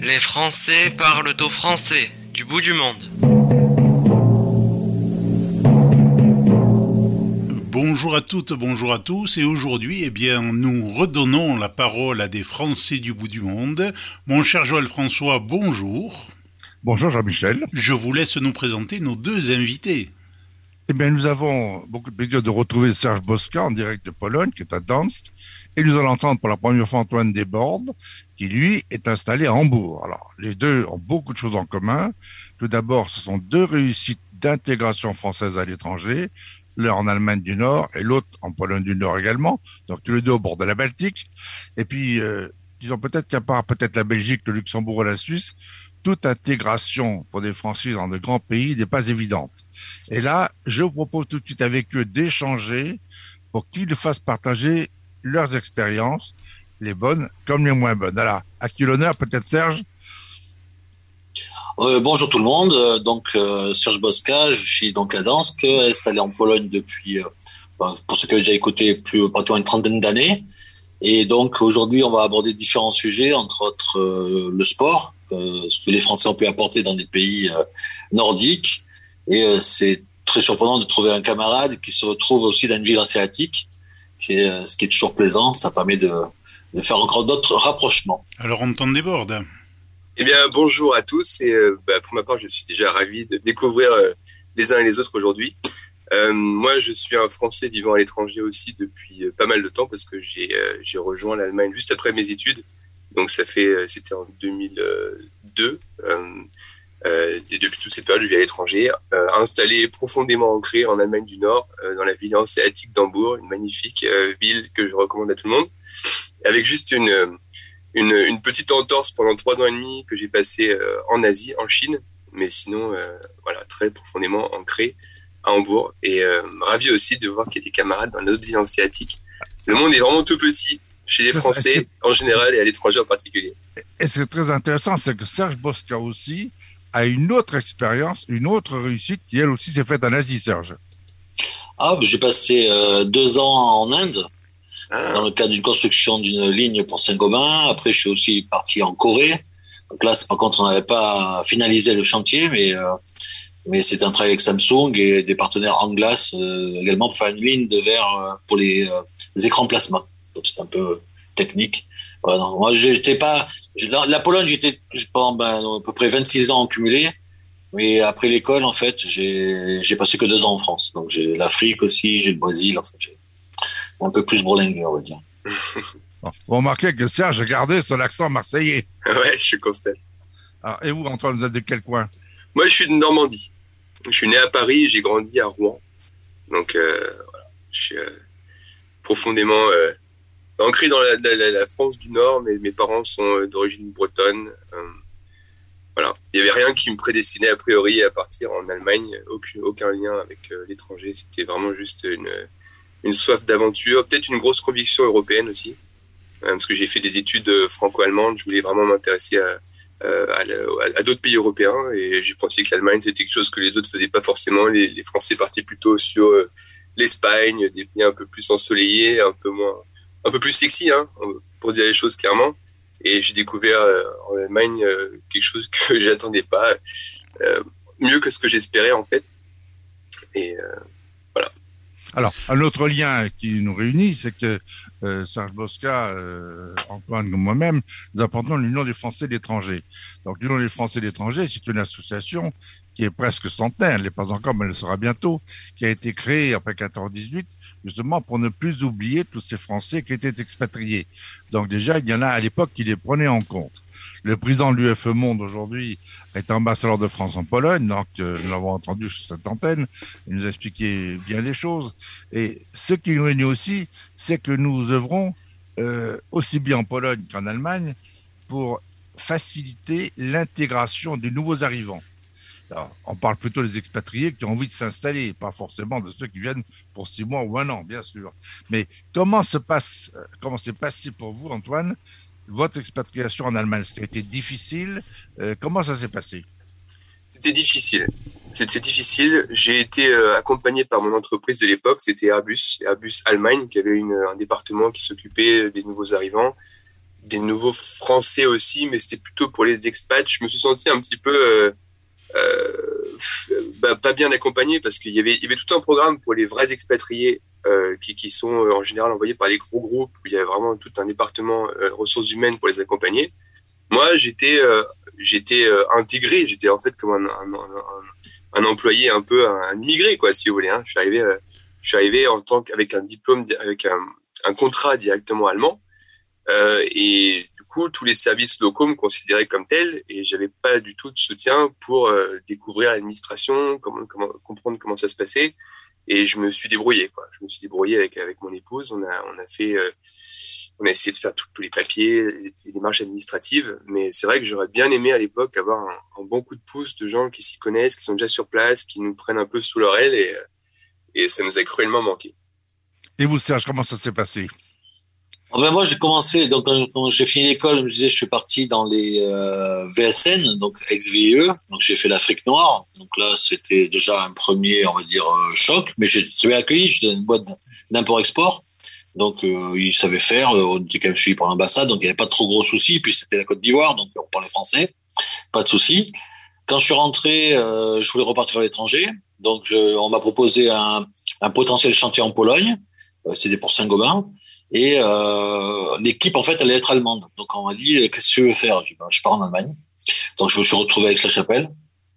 Les Français parlent au français, du bout du monde. Bonjour à toutes, bonjour à tous, et aujourd'hui, nous redonnons la parole à des Français du bout du monde. Mon cher Joël François, bonjour. Bonjour Jean-Michel. Je vous laisse nous présenter nos deux invités. Nous avons beaucoup de plaisir de retrouver Serge Boska en direct de Pologne, qui est à Gdańsk, et nous allons entendre pour la première fois Antoine Desbordes, qui lui est installé à Hambourg. Alors, les deux ont beaucoup de choses en commun. Tout d'abord, ce sont deux réussites d'intégration française à l'étranger, l'un en Allemagne du Nord et l'autre en Pologne du Nord également, donc tous les deux au bord de la Baltique. Et puis, disons peut-être qu'à part peut-être la Belgique, le Luxembourg et la Suisse, toute intégration pour des Français dans de grands pays n'est pas évidente. Et là, je vous propose tout de suite avec eux d'échanger pour qu'ils fassent partager leurs expériences, les bonnes comme les moins bonnes. Alors, à qui l'honneur, peut-être Serge? Bonjour tout le monde, Serge Boska, je suis donc à Gdańsk, installé en Pologne depuis, pour ceux qui ont déjà écouté, pratiquement une trentaine d'années. Et donc aujourd'hui, on va aborder différents sujets, entre autres le sport, ce que les Français ont pu apporter dans des pays nordiques. Et c'est très surprenant de trouver un camarade qui se retrouve aussi dans une ville asiatique, ce qui est toujours plaisant. Ça permet de faire encore d'autres rapprochements. Alors Antoine Desbordes. Bonjour à tous et pour ma part, je suis déjà ravi de découvrir les uns et les autres aujourd'hui. Moi, je suis un Français vivant à l'étranger aussi depuis pas mal de temps parce que j'ai rejoint l'Allemagne juste après mes études. Donc c'était en 2002. Et depuis toute cette période, je vis à l'étranger, installé profondément ancré en Allemagne du Nord, dans la ville hanséatique d'Hambourg, une magnifique ville que je recommande à tout le monde, avec juste une petite entorse pendant 3 ans et demi que j'ai passé en Asie, en Chine, mais sinon, très profondément ancré à Hambourg. Et ravi aussi de voir qu'il y a des camarades dans d'autres villes hanséatiques. Le monde est vraiment tout petit, chez les Français en général et à l'étranger en particulier. Et ce qui est très intéressant, c'est que Serge Boska aussi a une autre expérience, une autre réussite qui, elle aussi, s'est faite en Asie, Serge. J'ai passé 2 ans en Inde, dans le cadre d'une construction d'une ligne pour Saint-Gobain. Après, je suis aussi parti en Corée. Donc là, par contre, on n'avait pas finalisé le chantier, mais c'était un travail avec Samsung et des partenaires Anglas également pour faire une ligne de verre pour les écrans plasma. Donc c'est un peu technique. Voilà, non, moi, la Pologne, j'étais pendant à peu près 26 ans en cumulé. Mais après l'école, en fait, j'ai passé que 2 ans en France. Donc j'ai l'Afrique aussi, j'ai le Brésil. Enfin, j'ai un peu plus bourlingué, on va dire. Vous remarquez que Serge a gardé son accent marseillais. Ouais, je constate. Alors, et vous, Antoine, vous êtes de quel coin? Moi, je suis de Normandie. Je suis né à Paris et j'ai grandi à Rouen. Donc, je suis profondément ancré dans la France du Nord, mais mes parents sont d'origine bretonne. Il n'y avait rien qui me prédestinait a priori à partir en Allemagne, aucun lien avec l'étranger. C'était vraiment juste une soif d'aventure, peut-être une grosse conviction européenne aussi, parce que j'ai fait des études franco-allemandes. Je voulais vraiment m'intéresser à d'autres pays européens et j'ai pensé que l'Allemagne c'était quelque chose que les autres faisaient pas forcément. Les Français partaient plutôt sur l'Espagne, des pays un peu plus ensoleillés, un peu plus sexy, pour dire les choses clairement. Et j'ai découvert en Allemagne quelque chose que j'attendais pas, mieux que ce que j'espérais en fait. Et voilà. Alors, un autre lien qui nous réunit, c'est que Serge Boska, Antoine comme moi-même, nous apportons l'Union des Français de l'étranger. Donc, l'Union des Français de l'étranger, c'est une association qui est presque centenaire, elle n'est pas encore, mais elle le sera bientôt, qui a été créée après 14-18, justement pour ne plus oublier tous ces Français qui étaient expatriés. Donc déjà, il y en a à l'époque qui les prenaient en compte. Le président de l'UFE Monde aujourd'hui est ambassadeur de France en Pologne, donc nous l'avons entendu sur cette antenne, il nous a expliqué bien des choses. Et ce qui nous réunit aussi, c'est que nous œuvrons aussi bien en Pologne qu'en Allemagne pour faciliter l'intégration des nouveaux arrivants. Alors, on parle plutôt des expatriés qui ont envie de s'installer, pas forcément de ceux qui viennent pour 6 mois ou 1 an, bien sûr. Mais comment s'est passé pour vous, Antoine, votre expatriation en Allemagne? C'était difficile. Comment ça s'est passé? C'était difficile. J'ai été accompagné par mon entreprise de l'époque, c'était Airbus Allemagne, qui avait un département qui s'occupait des nouveaux arrivants, des nouveaux Français aussi, mais c'était plutôt pour les expats. Je me suis senti un petit peu pas bien accompagné parce qu'il y avait tout un programme pour les vrais expatriés qui sont en général envoyés par des gros groupes où il y a vraiment tout un département ressources humaines pour les accompagner. Moi, j'étais intégré, j'étais en fait comme un employé, un peu un immigré, quoi, si vous voulez. Hein. Je suis arrivé en tant qu'avec un diplôme, avec un contrat directement allemand. Et du coup, tous les services locaux me considéraient comme tel, et j'avais pas du tout de soutien pour découvrir l'administration, comprendre comment ça se passait. Et je me suis débrouillé, quoi. Je me suis débrouillé avec mon épouse. On a essayé de faire tous les papiers, les démarches administratives. Mais c'est vrai que j'aurais bien aimé à l'époque avoir un bon coup de pouce de gens qui s'y connaissent, qui sont déjà sur place, qui nous prennent un peu sous leur aile, et ça nous a cruellement manqué. Et vous, Serge, comment ça s'est passé? Moi, j'ai commencé, donc quand j'ai fini l'école, je me disais, je suis parti dans les VSN, donc ex-VIE, donc j'ai fait l'Afrique noire. Donc là, c'était déjà un premier, on va dire, choc, mais j'ai très bien accueilli. J'étais dans une boîte d'import-export, donc ils savaient faire. On était quand même suivi par l'ambassade, donc il n'y avait pas de trop gros soucis. Puis c'était la Côte d'Ivoire, donc on parlait français, pas de soucis. Quand je suis rentré, je voulais repartir à l'étranger, donc on m'a proposé un potentiel chantier en Pologne. C'était pour Saint-Gobain. Et l'équipe, en fait, allait être allemande. Donc, on m'a dit, qu'est-ce que tu veux faire? Je dis, je pars en Allemagne. Donc, je me suis retrouvé avec Aix-la-Chapelle,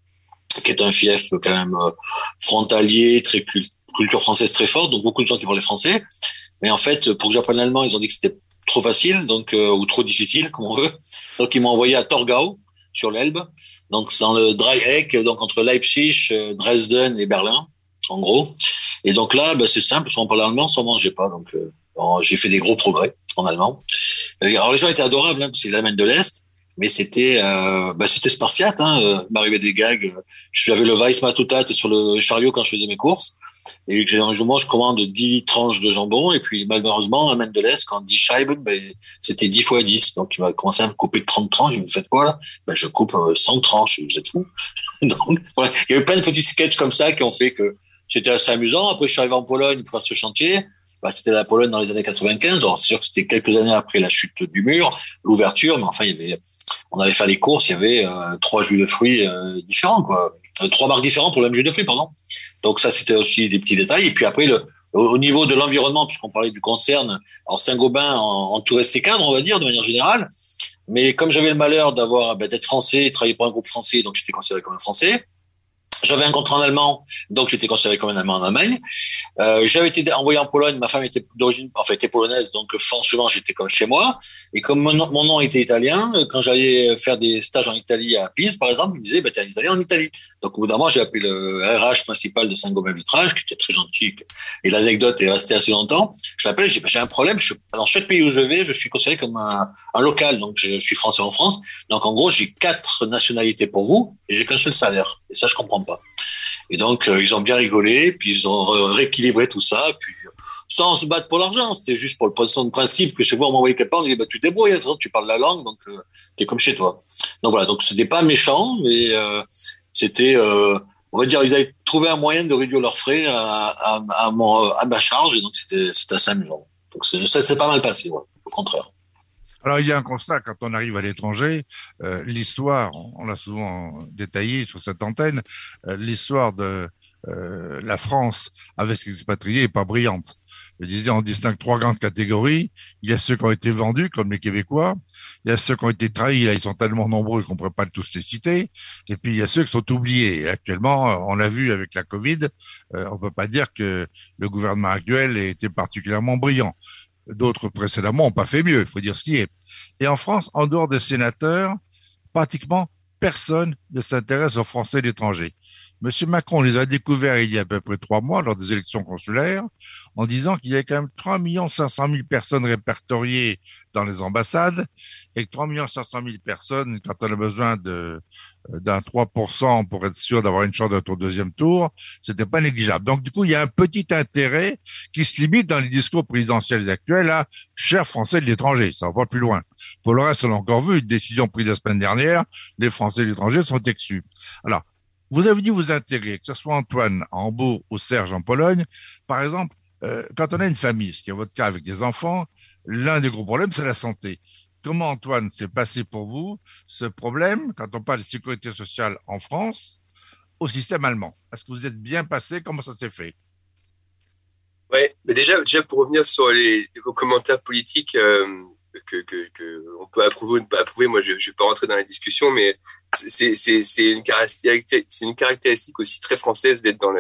qui est un fief quand même frontalier, très culture française très forte, donc beaucoup de gens qui parlaient français. Mais en fait, pour que j'apprenne l'allemand, ils ont dit que c'était trop facile, donc ou trop difficile, comme on veut. Donc, ils m'ont envoyé à Torgau, sur l'Elbe. Donc, c'est dans le Dreieck, donc entre Leipzig, Dresden et Berlin, en gros. Et donc là, c'est simple, soit on parlait allemand, soit on mangeait pas. Donc, j'ai fait des gros progrès en allemand. Alors les gens étaient adorables, hein, c'est l'Allemagne de l'Est, mais c'était spartiate. Hein, il m'arrivait des gags. J'avais le Weissmatutat sur le chariot quand je faisais mes courses. Et un jour, je commande 10 tranches de jambon. Et puis malheureusement, l'Allemagne de l'Est, quand on dit Scheiben, c'était 10 fois 10. Donc il m'a commencé à me couper de 30 tranches. Je me faites quoi là? Je coupe 100 tranches. Vous êtes fous. Donc voilà. Il y avait plein de petits sketchs comme ça qui ont fait que c'était assez amusant. Après, je suis arrivé en Pologne pour faire ce chantier. C'était la Pologne dans les années 95. Alors, c'est sûr que c'était quelques années après la chute du mur, l'ouverture, mais enfin, on allait faire les courses, il y avait 3 jus de fruits différents, quoi. 3 marques différentes pour le même jus de fruits, pardon. Donc ça, c'était aussi des petits détails. Et puis après, au niveau de l'environnement, puisqu'on parlait du concerne, alors Saint-Gobain entourait ses cadres, on va dire, de manière générale. Mais comme j'avais le malheur d'être français, travailler pour un groupe français, donc j'étais considéré comme un Français. J'avais un contrat en allemand, donc j'étais considéré comme un Allemand en Allemagne. J'avais été envoyé en Pologne, ma femme était était polonaise, donc forcément j'étais comme chez moi. Et comme mon nom était italien, quand j'allais faire des stages en Italie à Pise, par exemple, ils me disaient, t'es un Italien en Italie. Donc au bout d'un moment, j'ai appelé le RH principal de Saint-Gobain Vitrage, qui était très gentil, et l'anecdote est restée assez longtemps. Je l'appelle, je dis, j'ai un problème, dans chaque pays où je vais, je suis considéré comme un local, donc je suis français en France. Donc en gros, j'ai 4 nationalités pour vous, et j'ai qu'un seul salaire. Et ça, je comprends pas. Et donc, ils ont bien rigolé, puis ils ont rééquilibré tout ça, puis sans se battre pour l'argent, c'était juste pour le principe que chez vous, on m'envoyait quelque part, on dit, tu te débrouilles, tu parles la langue, donc t'es comme chez toi. Donc voilà, donc c'était pas méchant, mais c'était, on va dire, ils avaient trouvé un moyen de réduire leurs frais à ma charge, et donc c'était assez amusant. Donc ça s'est pas mal passé, ouais, au contraire. Alors, il y a un constat, quand on arrive à l'étranger, l'histoire, on l'a souvent détaillé sur cette antenne, l'histoire de la France avec ses expatriés n'est pas brillante. Je disais, on distingue 3 grandes catégories. Il y a ceux qui ont été vendus, comme les Québécois. Il y a ceux qui ont été trahis. Là, ils sont tellement nombreux qu'on ne pourrait pas tous les citer. Et puis, il y a ceux qui sont oubliés. Et actuellement, on l'a vu avec la Covid, on ne peut pas dire que le gouvernement actuel ait été particulièrement brillant. D'autres précédemment n'ont pas fait mieux, il faut dire ce qui est. Et en France, en dehors des sénateurs, pratiquement personne ne s'intéresse aux Français de l'étranger. Monsieur Macron les a découverts il y a à peu près 3 mois lors des élections consulaires en disant qu'il y avait quand même 3 500 000 personnes répertoriées dans les ambassades et que 3 500 000 personnes, quand on a besoin d'un 3% pour être sûr d'avoir une chance d'être au 2e tour, c'était pas négligeable. Donc, du coup, il y a un petit intérêt qui se limite dans les discours présidentiels actuels à « chers Français de l'étranger ». Ça va pas plus loin. Pour le reste, on a encore vu une décision prise la semaine dernière, les Français de l'étranger sont exclus. Alors, vous avez dit vous intégrer, que ce soit Antoine à Hambourg ou Serge en Pologne. Par exemple, quand on a une famille, ce qui est votre cas avec des enfants, l'un des gros problèmes, c'est la santé. comment, Antoine, s'est passé pour vous ce problème, quand on parle de sécurité sociale en France, au système allemand? Est-ce que vous êtes bien passé? Comment ça s'est fait? Ouais, mais déjà pour revenir sur vos commentaires politiques que on peut approuver ou ne pas approuver, moi je vais pas rentrer dans la discussion, mais c'est une caractéristique aussi très française d'être dans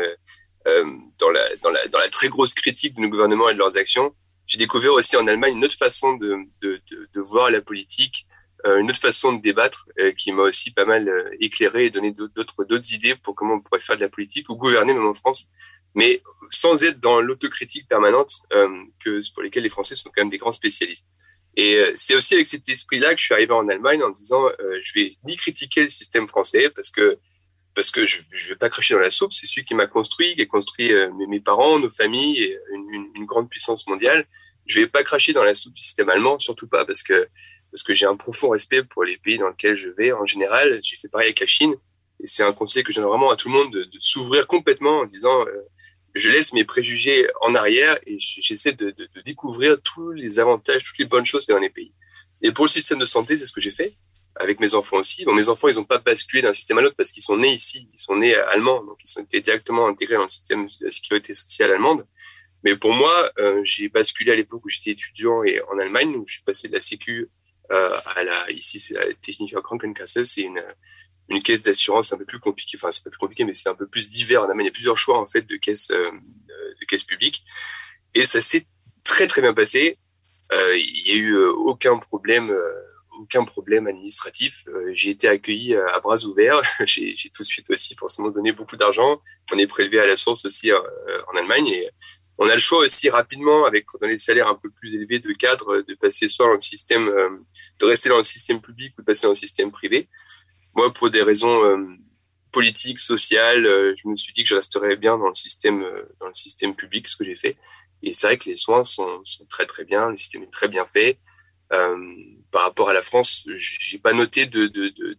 la très grosse critique de nos gouvernements et de leurs actions. J'ai découvert aussi en Allemagne une autre façon de voir la politique, une autre façon de débattre qui m'a aussi pas mal éclairé et donné d'autres idées pour comment on pourrait faire de la politique ou gouverner même en France, mais sans être dans l'autocritique permanente pour lesquelles les Français sont quand même des grands spécialistes. Et c'est aussi avec cet esprit-là que je suis arrivé en Allemagne en disant je vais ni critiquer le système français parce que je vais pas cracher dans la soupe, c'est celui qui m'a construit, qui a construit mes parents, nos familles et une grande puissance mondiale. Je vais pas cracher dans la soupe du système allemand, surtout pas parce que j'ai un profond respect pour les pays dans lesquels je vais en général. J'ai fait pareil avec la Chine et c'est un conseil que je donne vraiment à tout le monde de s'ouvrir complètement en disant je laisse mes préjugés en arrière et j'essaie de découvrir tous les avantages, toutes les bonnes choses qu'il y a dans les pays. Et pour le système de santé, c'est ce que j'ai fait avec mes enfants aussi. Bon, mes enfants, ils n'ont pas basculé d'un système à l'autre parce qu'ils sont nés ici, ils sont nés allemands, donc ils ont été directement intégrés dans le système de la sécurité sociale allemande. Mais pour moi, j'ai basculé à l'époque où j'étais étudiant et en Allemagne, où je suis passé de la Sécu ici c'est la Technische Krankenkasse, c'est une caisse d'assurance un peu plus compliquée. Enfin, c'est pas plus compliqué, mais c'est un peu plus divers en Allemagne. Il y a plusieurs choix en fait de caisses publiques, et ça s'est très très bien passé. Il y a eu aucun problème administratif. J'ai été accueilli à bras ouverts. J'ai tout de suite aussi forcément donné beaucoup d'argent. On est prélevé à la source aussi en Allemagne, et on a le choix aussi rapidement, quand on a des salaires un peu plus élevés de cadre, de passer soit dans le système, de rester dans le système public ou de passer dans le système privé. Moi, pour des raisons politiques, sociales, je me suis dit que je resterais bien dans le système public, ce que j'ai fait. Et c'est vrai que les soins sont très très bien, le système est très bien fait. Par rapport à la France, j'ai pas noté de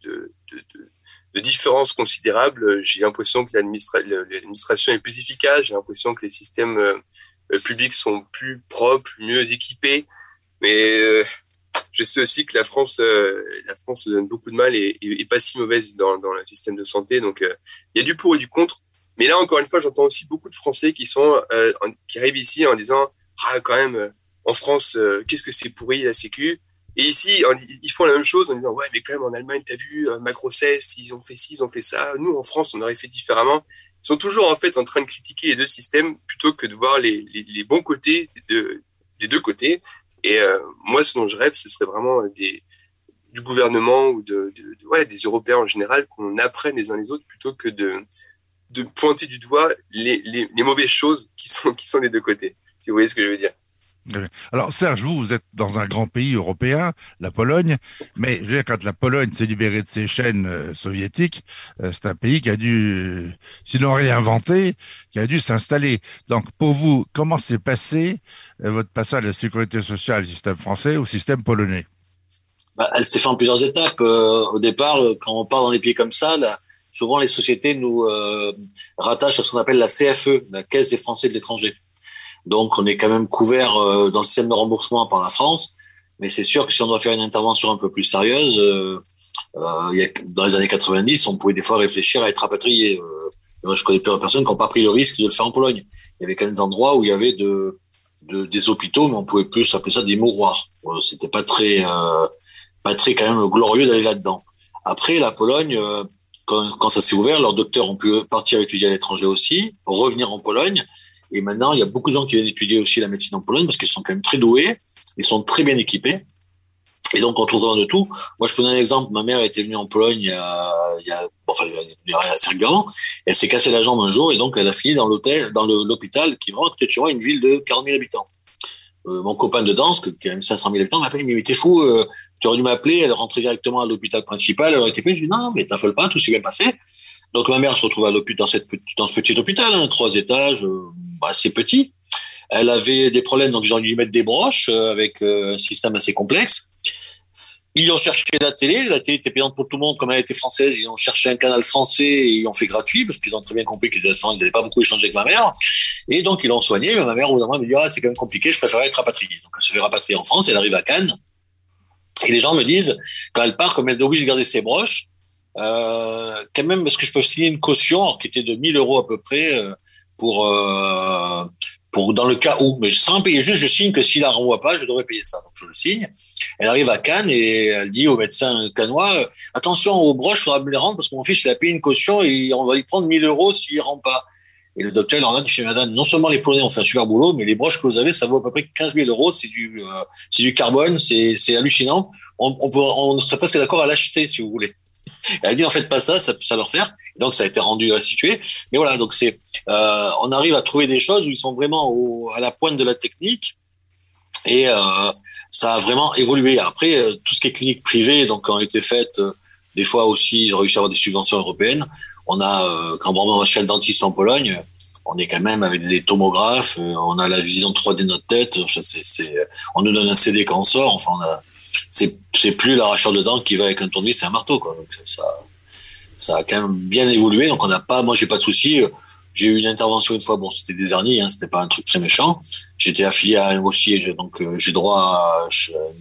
différence considérable. J'ai l'impression que l'administration est plus efficace. J'ai l'impression que les systèmes publics sont plus propres, mieux équipés. Mais je sais aussi que la France se donne beaucoup de mal et pas si mauvaise dans le système de santé. Donc, il y a du pour et du contre. Mais là, encore une fois, j'entends aussi beaucoup de Français qui arrivent ici en disant quand même, en France, qu'est-ce que c'est pourri la Sécu. Et ici, ils font la même chose en disant ouais, mais quand même en Allemagne, t'as vu ma grossesse, ils ont fait ci, ils ont fait ça. Nous, en France, on aurait fait différemment. Ils sont toujours en fait en train de critiquer les deux systèmes plutôt que de voir les bons côtés des deux côtés. Et moi, ce dont je rêve, ce serait vraiment du gouvernement ou des Européens en général, qu'on apprenne les uns les autres plutôt que de pointer du doigt les mauvaises choses qui sont des deux côtés. Si vous voyez ce que je veux dire. Alors Serge, vous êtes dans un grand pays européen, la Pologne, mais je veux dire, quand la Pologne s'est libérée de ses chaînes soviétiques, c'est un pays qui a dû, sinon réinventer, qui a dû s'installer. Donc pour vous, comment s'est passé votre passage de la sécurité sociale du système français au système polonais? Elle s'est fait en plusieurs étapes. Au départ, quand on part dans des pays comme ça, souvent les sociétés nous rattachent à ce qu'on appelle la CFE, la Caisse des Français de l'étranger. Donc, on est quand même couvert dans le système de remboursement par la France. Mais c'est sûr que si on doit faire une intervention un peu plus sérieuse, dans les années 90, on pouvait des fois réfléchir à être rapatrié. Moi, je connais plusieurs personnes qui n'ont pas pris le risque de le faire en Pologne. Il y avait quand même des endroits où il y avait des hôpitaux, mais on pouvait plus appeler ça des mouroirs. C'était pas très quand même glorieux d'aller là-dedans. Après, la Pologne, quand ça s'est ouvert, leurs docteurs ont pu partir étudier à l'étranger aussi, revenir en Pologne. Et maintenant, il y a beaucoup de gens qui viennent étudier aussi la médecine en Pologne parce qu'ils sont quand même très doués, ils sont très bien équipés. Et donc, on trouve vraiment de tout. Moi, je peux donner un exemple. Ma mère était venue en Pologne elle est venue assez régulièrement. Elle s'est cassée la jambe un jour et donc elle a fini dans l'hôpital qui est vraiment peut-être une ville de 40 000 habitants. Mon copain de danse, qui a quand même 500 000 habitants, m'a fait, mais t'es fou, tu aurais dû m'appeler, elle rentrait directement à l'hôpital principal, elle aurait été faite. Je lui ai dit, non, mais t'affole pas, tout s'est bien passé. Donc, ma mère se retrouve dans ce petit hôpital, 3 étages, assez petit. Elle avait des problèmes, donc ils ont dû lui mettre des broches avec un système assez complexe. Ils ont cherché la télé était payante pour tout le monde, comme elle était française, ils ont cherché un canal français et ils ont fait gratuit, parce qu'ils ont très bien compris qu'ils n'avaient pas beaucoup échangé avec ma mère. Et donc, ils l'ont soigné, mais ma mère, au bout d'un moment, elle me dit, c'est quand même compliqué, je préférerais être rapatriée. Donc, elle se fait rapatrier en France, elle arrive à Cannes. Et les gens me disent, quand elle part, comme elle est obligée de garder ses broches, quand même, est-ce que je peux signer une caution, alors, qui était de 1 000 euros à peu près, pour dans le cas où, mais sans payer, juste je signe que s'il la renvoie pas, je devrais payer ça. Donc je le signe. Elle arrive à Cannes et elle dit au médecin cannois, attention aux broches, il faudra me les rendre parce que mon fils il a payé une caution et on va lui prendre 1 000 euros s'il rend pas. Et le docteur leur dit, madame, non seulement les Polonais ont fait un super boulot, mais les broches que vous avez, ça vaut à peu près 15 000 euros. C'est du carbone, c'est hallucinant. On serait presque d'accord à l'acheter si vous voulez. Elle a dit, en faites pas ça leur sert. Donc ça a été rendu restitué. Mais voilà, donc on arrive à trouver des choses où ils sont vraiment à la pointe de la technique et ça a vraiment évolué. Après, tout ce qui est clinique privée, donc ont été faites des fois aussi réussi à avoir des subventions européennes. On a quand on va chez le dentiste en Pologne, on est quand même avec des tomographes, on a la vision 3D de notre tête. Enfin, on nous donne un CD quand on sort. Enfin, c'est plus l'arracheur de dents qui va avec un tournevis et un marteau, quoi. Donc ça a quand même bien évolué. Donc moi j'ai pas de souci. J'ai eu une intervention une fois, bon c'était des hernies, hein, c'était pas un truc très méchant. J'étais affilié à un aussi, donc j'ai droit à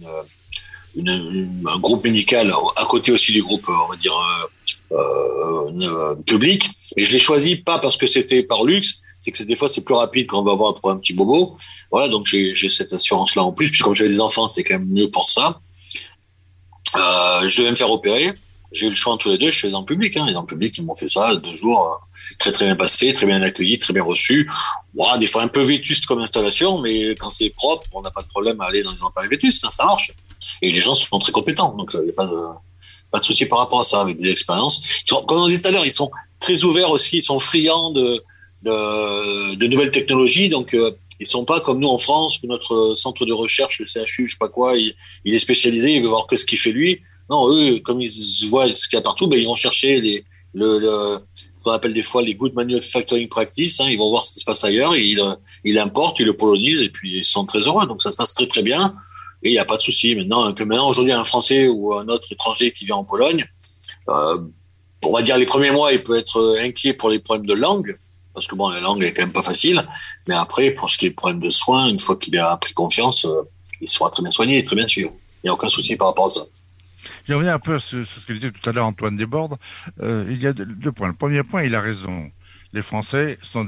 un groupe médical à côté aussi du groupe, on va dire public. Et je l'ai choisi pas parce que c'était par luxe, c'est que des fois c'est plus rapide quand on va avoir pour un petit bobo. Voilà, donc j'ai cette assurance là en plus. Puis comme j'avais des enfants, c'était quand même mieux pour ça. Je devais me faire opérer. J'ai eu le choix entre les deux, je suis dans le public. Et dans le public, ils m'ont fait ça, 2 jours, très très bien passé, très bien accueilli, très bien reçu. Des fois un peu vétuste comme installation, mais quand c'est propre, on n'a pas de problème à aller dans les appareils vétustes, ça marche. Et les gens sont très compétents, donc il n'y a pas de souci par rapport à ça, avec des expériences. Comme on disait tout à l'heure, ils sont très ouverts aussi, ils sont friands de nouvelles technologies, donc ils sont pas comme nous en France, que notre centre de recherche, le CHU, je sais pas quoi, il est spécialisé, il veut voir que ce qu'il fait lui. Non, eux, comme ils voient ce qu'il y a partout, ils vont chercher ce qu'on appelle des fois les good manufacturing practice, ils vont voir ce qui se passe ailleurs, et ils importent, ils le polonisent, et puis ils sont très heureux. Donc ça se passe très très bien, et il n'y a pas de souci. Maintenant, aujourd'hui, un Français ou un autre étranger qui vient en Pologne, on va dire les premiers mois, il peut être inquiet pour les problèmes de langue, parce que la langue est quand même pas facile, mais après, pour ce qui est problème de soins, une fois qu'il a pris confiance, il sera très bien soigné et très bien suivi. Il n'y a aucun souci par rapport à ça. Je reviens un peu sur ce que disait tout à l'heure Antoine Desbordes. Il y a 2 points. Le premier point, il a raison. Les Français sont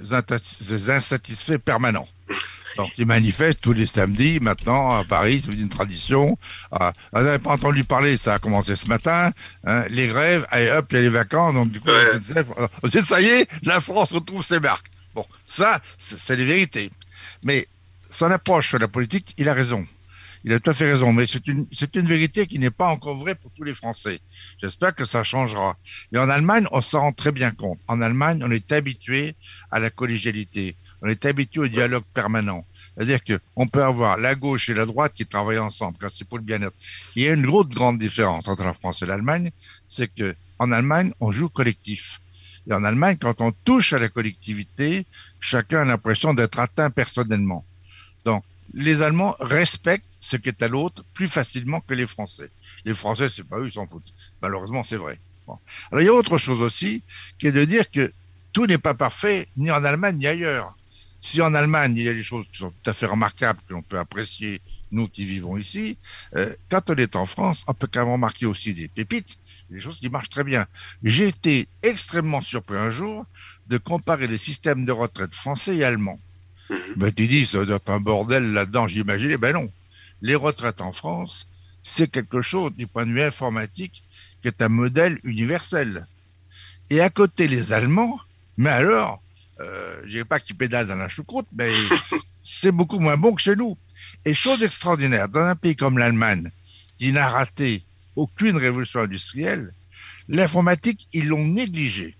des insatisfaits permanents. Donc, ils manifestent tous les samedis. Maintenant, à Paris, c'est une tradition. Vous n'avez pas entendu parler, ça a commencé ce matin. Les grèves, allez hop, il y a les vacances. Donc, du coup, ça y est, la France retrouve ses marques. Bon, ça, c'est les vérités. Mais son approche sur la politique, il a raison. Il a tout à fait raison, mais c'est une vérité qui n'est pas encore vraie pour tous les Français. J'espère que ça changera. Et en Allemagne, on s'en rend très bien compte. En Allemagne, on est habitué à la collégialité. On est habitué au dialogue permanent. C'est-à-dire qu'on peut avoir la gauche et la droite qui travaillent ensemble, quand c'est pour le bien-être. Il y a une autre grande différence entre la France et l'Allemagne, c'est que en Allemagne, on joue collectif. Et en Allemagne, quand on touche à la collectivité, chacun a l'impression d'être atteint personnellement. Donc, les Allemands respectent ce qu'est à l'autre plus facilement que les Français. Les Français, c'est pas eux, ils s'en foutent. Malheureusement, c'est vrai. Bon. Alors, il y a autre chose aussi, qui est de dire que tout n'est pas parfait, ni en Allemagne, ni ailleurs. Si en Allemagne, il y a des choses qui sont tout à fait remarquables, que l'on peut apprécier, nous qui vivons ici, quand on est en France, on peut quand même remarquer aussi des pépites, des choses qui marchent très bien. J'ai été extrêmement surpris un jour de comparer les systèmes de retraite français et allemands. Tu dis, ça doit être un bordel là-dedans, j'imagine. Ben non. Les retraites en France, c'est quelque chose, du point de vue informatique, qui est un modèle universel. Et à côté, les Allemands, mais alors, je dirais pas qu'ils pédalent dans la choucroute, mais c'est beaucoup moins bon que chez nous. Et chose extraordinaire, dans un pays comme l'Allemagne, qui n'a raté aucune révolution industrielle, l'informatique, ils l'ont négligée.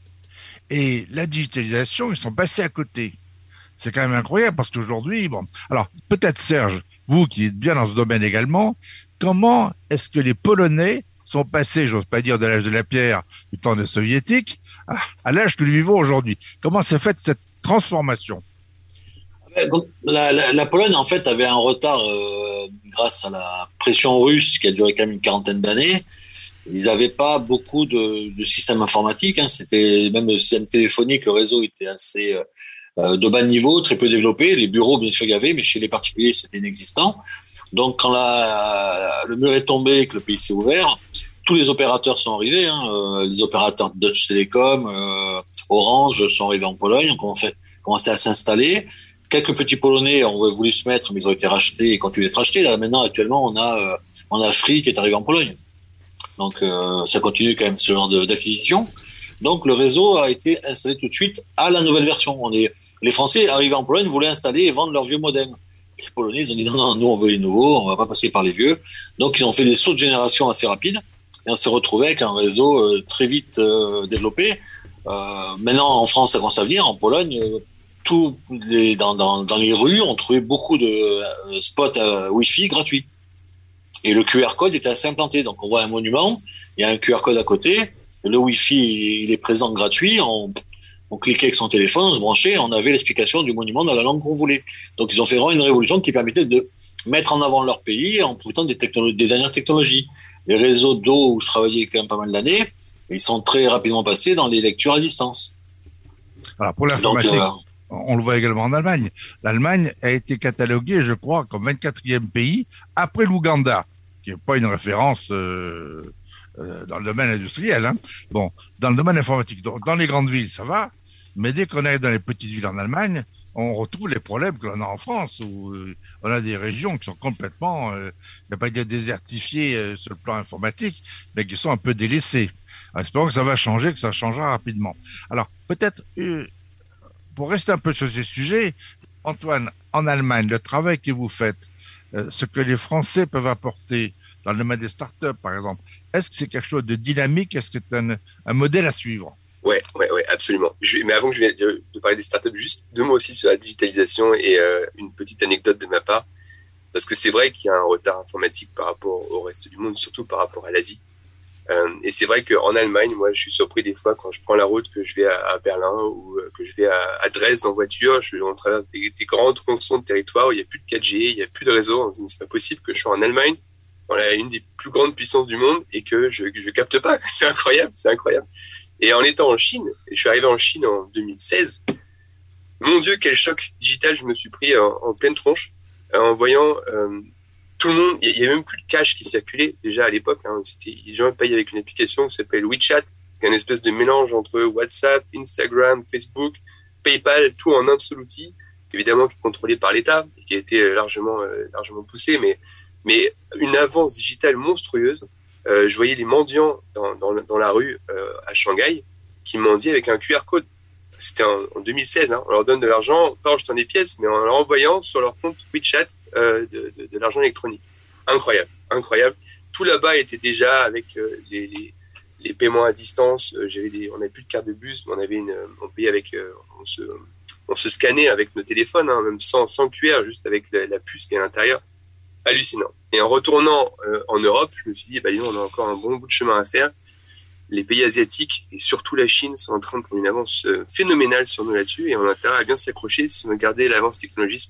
Et la digitalisation, ils sont passés à côté. C'est quand même incroyable parce qu'aujourd'hui, alors peut-être Serge, vous qui êtes bien dans ce domaine également, comment est-ce que les Polonais sont passés, j'ose pas dire de l'âge de la pierre, du temps des Soviétiques, à l'âge que nous vivons aujourd'hui? Comment s'est faite cette transformation? La Pologne, en fait, avait un retard grâce à la pression russe qui a duré quand même une 40aine d'années. Ils n'avaient pas beaucoup de systèmes informatiques. C'était même le système téléphonique, le réseau était assez de bas niveau, très peu développé. Les bureaux, bien sûr, il y avait, mais chez les particuliers, c'était inexistant. Donc, quand le mur est tombé et que le pays s'est ouvert, tous les opérateurs sont arrivés. Les opérateurs Deutsche Telekom, Orange sont arrivés en Pologne, ont commencé à s'installer. Quelques petits Polonais ont voulu se mettre, mais ils ont été rachetés et continuent d'être rachetés. Là, maintenant, actuellement, on a Free qui est arrivé en Pologne. Donc, ça continue quand même ce genre d'acquisition. Donc, le réseau a été installé tout de suite à la nouvelle version. Les Français arrivés en Pologne voulaient installer et vendre leurs vieux modems. Les Polonais, ils ont dit non, nous, on veut les nouveaux, on va pas passer par les vieux. Donc, ils ont fait des sauts de génération assez rapides et on s'est retrouvé avec un réseau très vite développé. Maintenant, en France, ça commence à venir. En Pologne, dans les rues, on trouvait beaucoup de spots Wi-Fi gratuits. Et le QR code était assez implanté. Donc, on voit un monument, il y a un QR code à côté. Le Wi-Fi, il est présent gratuit. On cliquait avec son téléphone, on se branchait, on avait l'explication du monument dans la langue qu'on voulait. Donc, ils ont fait vraiment une révolution qui permettait de mettre en avant leur pays en profitant des dernières technologies. Les réseaux d'eau où je travaillais quand même pas mal d'années, ils sont très rapidement passés dans les lectures à distance. Alors, pour l'informatique, on le voit également en Allemagne. L'Allemagne a été cataloguée, je crois, comme 24e pays après l'Ouganda, qui n'est pas une référence dans le domaine industriel. Bon, dans le domaine informatique, dans les grandes villes, ça va. Mais dès qu'on arrive dans les petites villes en Allemagne, on retrouve les problèmes que l'on a en France, où on a des régions qui sont complètement, je ne vais pas dire désertifiées sur le plan informatique, mais qui sont un peu délaissées. Espérons que ça va changer, que ça changera rapidement. Alors, peut-être, pour rester un peu sur ces sujets, Antoine, en Allemagne, le travail que vous faites, ce que les Français peuvent apporter dans le domaine des startups, par exemple, est-ce que c'est quelque chose de dynamique? Est-ce que c'est un modèle à suivre? Ouais, absolument. Mais avant que je vienne de parler des startups, juste 2 mots aussi sur la digitalisation et une petite anecdote de ma part. Parce que c'est vrai qu'il y a un retard informatique par rapport au reste du monde, surtout par rapport à l'Asie. Et c'est vrai qu'en Allemagne, moi, je suis surpris des fois quand je prends la route, que je vais à Berlin ou que je vais à Dresde en voiture. On traverse des grands tronçons de territoire où il n'y a plus de 4G, il n'y a plus de réseau. On se dit, c'est pas possible que je sois en Allemagne, dans une des plus grandes puissances du monde, et que je capte pas. C'est incroyable. Et en étant en Chine, et je suis arrivé en Chine en 2016, mon Dieu, quel choc digital je me suis pris en pleine tronche, en voyant tout le monde. Il y avait même plus de cash qui circulait déjà à l'époque. Les gens payaient avec une application qui s'appelle WeChat, qui est une espèce de mélange entre WhatsApp, Instagram, Facebook, PayPal, tout en un seul outil, évidemment qui est contrôlé par l'État et qui a été largement poussé, mais une avance digitale monstrueuse. Je voyais les mendiants dans la rue à Shanghai qui mendiaient avec un QR code. C'était en 2016. On leur donne de l'argent, pas en jetant des pièces, mais en leur envoyant sur leur compte WeChat de l'argent électronique. Incroyable. Tout là-bas était déjà avec les paiements à distance. On n'avait plus de carte de bus, mais on payait avec, on se scannait avec nos téléphones, même sans QR, juste avec la puce qui est à l'intérieur. Hallucinant. Et en retournant en Europe, je me suis dit, on a encore un bon bout de chemin à faire. Les pays asiatiques, et surtout la Chine, sont en train de prendre une avance phénoménale sur nous là-dessus, et on a intérêt à bien s'accrocher si on veut garder l'avance technologique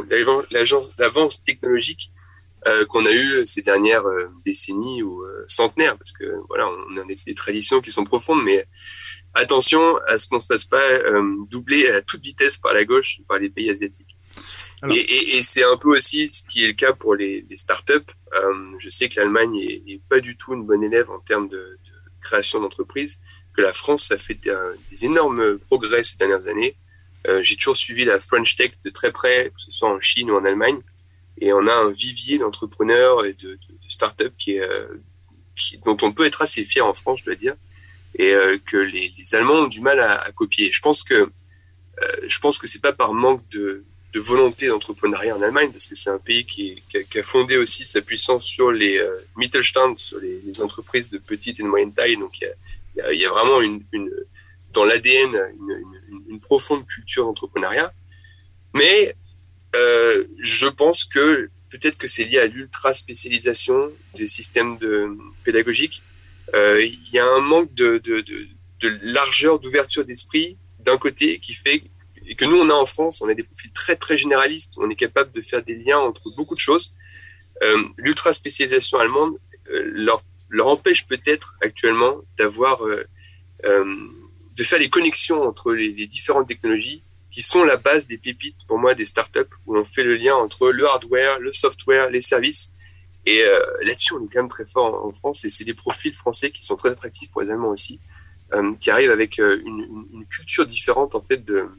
qu'on a eue ces dernières décennies ou centenaires, parce que voilà, on a des traditions qui sont profondes, mais attention à ce qu'on ne se fasse pas doubler à toute vitesse par la gauche par les pays asiatiques. Alors, et c'est un peu aussi ce qui est le cas pour les startups. Je sais que l'Allemagne est pas du tout une bonne élève en termes de création d'entreprises, que la France a fait des énormes progrès ces dernières années. J'ai toujours suivi la French Tech de très près, que ce soit en Chine ou en Allemagne, et on a un vivier d'entrepreneurs et de startups dont on peut être assez fier en France, je dois dire, et que les Allemands ont du mal à copier. Je pense que c'est pas par manque de volonté d'entrepreneuriat en Allemagne, parce que c'est un pays qui a fondé aussi sa puissance sur les Mittelstand, sur les entreprises de petite et de moyenne taille. Donc il y a vraiment dans l'ADN une profonde culture d'entrepreneuriat. Mais je pense que peut-être que c'est lié à l'ultra spécialisation des systèmes pédagogiques. Il y a un manque de largeur, d'ouverture d'esprit d'un côté qui fait et que nous on a en France. On a des profils très très généralistes, on est capable de faire des liens entre beaucoup de choses. L'ultra spécialisation allemande leur empêche peut-être actuellement de faire les connexions entre les différentes technologies qui sont la base des pépites, pour moi, des startups, où on fait le lien entre le hardware, le software, les services. Et là-dessus, on est quand même très fort en France, et c'est des profils français qui sont très attractifs pour les Allemands aussi, qui arrivent avec une culture différente, en fait, de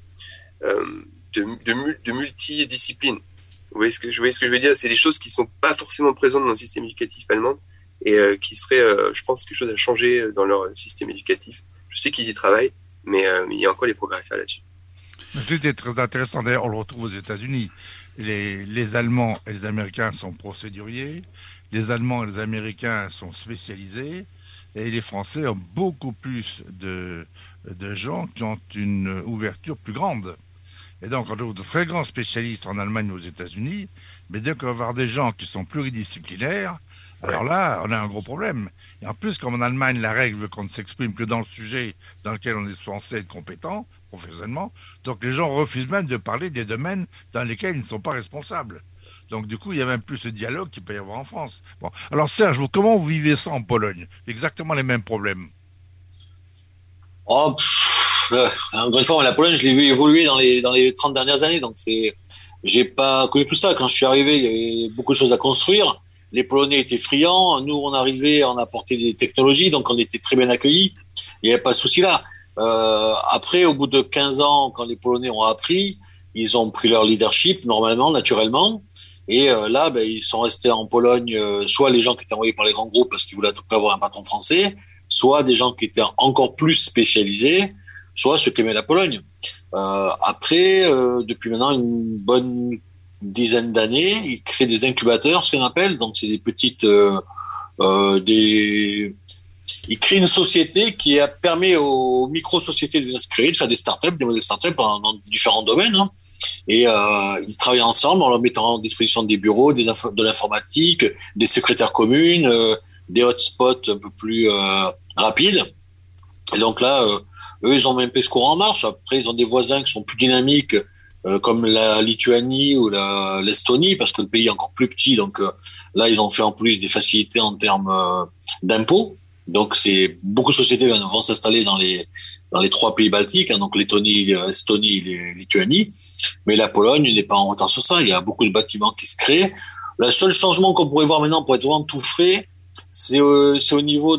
multidisciplines. Vous voyez ce que je veux dire? C'est des choses qui sont pas forcément présentes dans le système éducatif allemand, et qui seraient, je pense, quelque chose à changer dans leur système éducatif. Je sais qu'ils y travaillent, mais il y a encore des progrès à faire là-dessus. C'était très intéressant. D'ailleurs, on le retrouve aux États-Unis. Les Allemands et les Américains sont procéduriers, les Allemands et les Américains sont spécialisés, et les Français ont beaucoup plus de gens qui ont une ouverture plus grande. Et donc, on trouve de très grands spécialistes en Allemagne et aux États-Unis, mais dès qu'on va avoir des gens qui sont pluridisciplinaires, alors là, on a un gros problème. Et en plus, comme en Allemagne, la règle veut qu'on ne s'exprime que dans le sujet dans lequel on est censé être compétent, professionnellement, donc les gens refusent même de parler des domaines dans lesquels ils ne sont pas responsables. Donc du coup, il y a même plus ce dialogue qu'il peut y avoir en France. Bon. Alors Serge, comment vous vivez ça en Pologne? Exactement les mêmes problèmes. Encore une fois, la Pologne, je l'ai vu évoluer dans les 30 dernières années, donc j'ai pas connu tout ça. Quand je suis arrivé, il y avait beaucoup de choses à construire. Les Polonais étaient friands. Nous, on arrivait, on apportait des technologies, donc on était très bien accueillis. Il n'y avait pas de souci là. Après, au bout de 15 ans, quand les Polonais ont appris, ils ont pris leur leadership normalement, naturellement. Et là, ils sont restés en Pologne, soit les gens qui étaient envoyés par les grands groupes parce qu'ils voulaient à tout cas avoir un patron français, soit des gens qui étaient encore plus spécialisés, soit ceux qui aimaient la Pologne. Après, depuis maintenant une bonne dizaine d'années, ils créent des incubateurs, ce qu'on appelle. Donc, c'est des petites... Ils créent une société qui permet aux micro-sociétés de se créer, de faire des startups, des modèles startups dans différents domaines. Hein. Et ils travaillent ensemble en leur mettant à disposition des bureaux, de l'informatique, des secrétaires communes, des hotspots un peu plus rapides. Et donc là, eux, ils ont même fait ce courant en marche. Après, ils ont des voisins qui sont plus dynamiques, comme la Lituanie ou l'Estonie, parce que le pays est encore plus petit. Donc là, ils ont fait en plus des facilités en termes d'impôts. Donc, beaucoup de sociétés vont s'installer dans les trois pays baltiques, hein, donc Lettonie, Estonie et Lituanie. Mais la Pologne n'est pas en retard sur ça. Il y a beaucoup de bâtiments qui se créent. Le seul changement qu'on pourrait voir maintenant pour être vraiment tout frais, c'est au niveau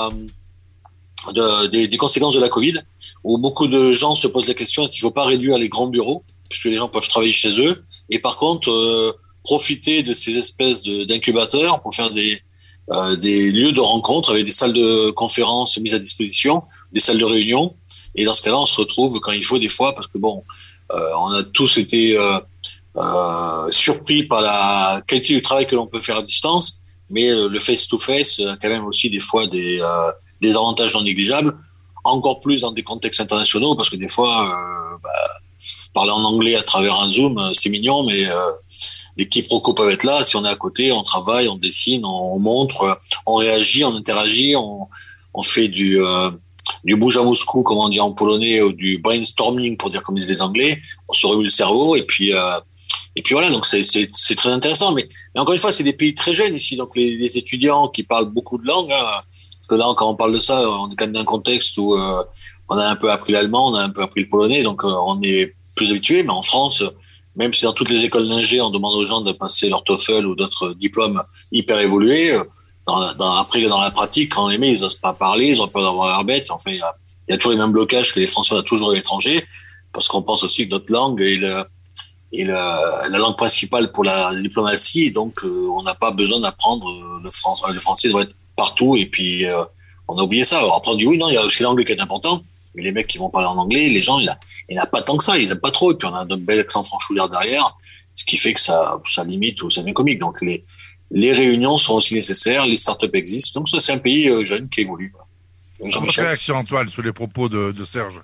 des conséquences de la Covid, où beaucoup de gens se posent la question est-ce qu'il ne faut pas réduire les grands bureaux, puisque les gens peuvent travailler chez eux, et par contre profiter de ces espèces d'incubateurs pour faire des lieux de rencontre avec des salles de conférences mises à disposition, des salles de réunion. Et dans ce cas-là, on se retrouve quand il faut des fois, parce que on a tous été surpris par la qualité du travail que l'on peut faire à distance, mais le face-to-face a quand même aussi des fois des avantages non négligeables, encore plus dans des contextes internationaux, parce que des fois, parler en anglais à travers un Zoom, c'est mignon, mais les quiproquos peuvent être là. Si on est à côté, on travaille, on dessine, on montre, on réagit, on interagit, on fait du bouge à Moscou, comme on dit en polonais, ou du brainstorming, pour dire comme disent les Anglais. On se remue le cerveau, et puis voilà. Donc c'est très intéressant. Mais encore une fois, c'est des pays très jeunes ici, donc les étudiants qui parlent beaucoup de langues, hein, parce que là, quand on parle de ça, on est quand même dans un contexte où on a un peu appris l'allemand, on a un peu appris le polonais, donc on est plus habitué. Mais en France, même si dans toutes les écoles d'ingé, on demande aux gens de passer leur TOEFL ou d'autres diplômes hyper évolués, après, dans la pratique, quand on les met, ils n'osent pas parler, ils ont peur d'avoir l'air bête. Enfin, il y a toujours les mêmes blocages que les Français ont toujours à l'étranger, parce qu'on pense aussi que notre langue est la langue principale pour la diplomatie, et donc on n'a pas besoin d'apprendre le français. Le français doit être partout, et puis on a oublié ça. Alors après, on dit oui, non, il y a aussi l'anglais qui est important. Mais les mecs qui vont parler en anglais, les gens, il n'y en a pas tant que ça, ils aiment pas trop. Et puis on a de bel accent franchouillard derrière, ce qui fait que ça limite ou ça devient comique. Donc les réunions sont aussi nécessaires, les startups existent. Donc ça, c'est un pays jeune qui évolue. Votre réaction, Antoine, sur les propos de Serge?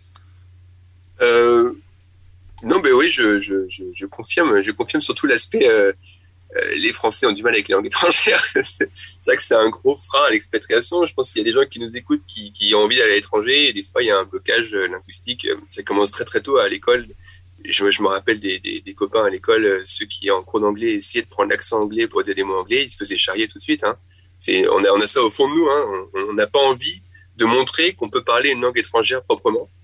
Non, mais oui, je confirme surtout l'aspect. Les Français ont du mal avec les langues étrangères. C'est vrai que c'est un gros frein à l'expatriation. Je pense qu'il y a des gens qui nous écoutent qui ont envie d'aller à l'étranger, et des fois il y a un blocage linguistique. Ça commence très très tôt à l'école. Je me rappelle des copains à l'école, ceux qui en cours d'anglais essayaient de prendre l'accent anglais pour dire des mots anglais, ils se faisaient charrier tout de suite. Hein. On a ça au fond de nous. Hein. On n'a pas envie de montrer qu'on peut parler une langue étrangère proprement.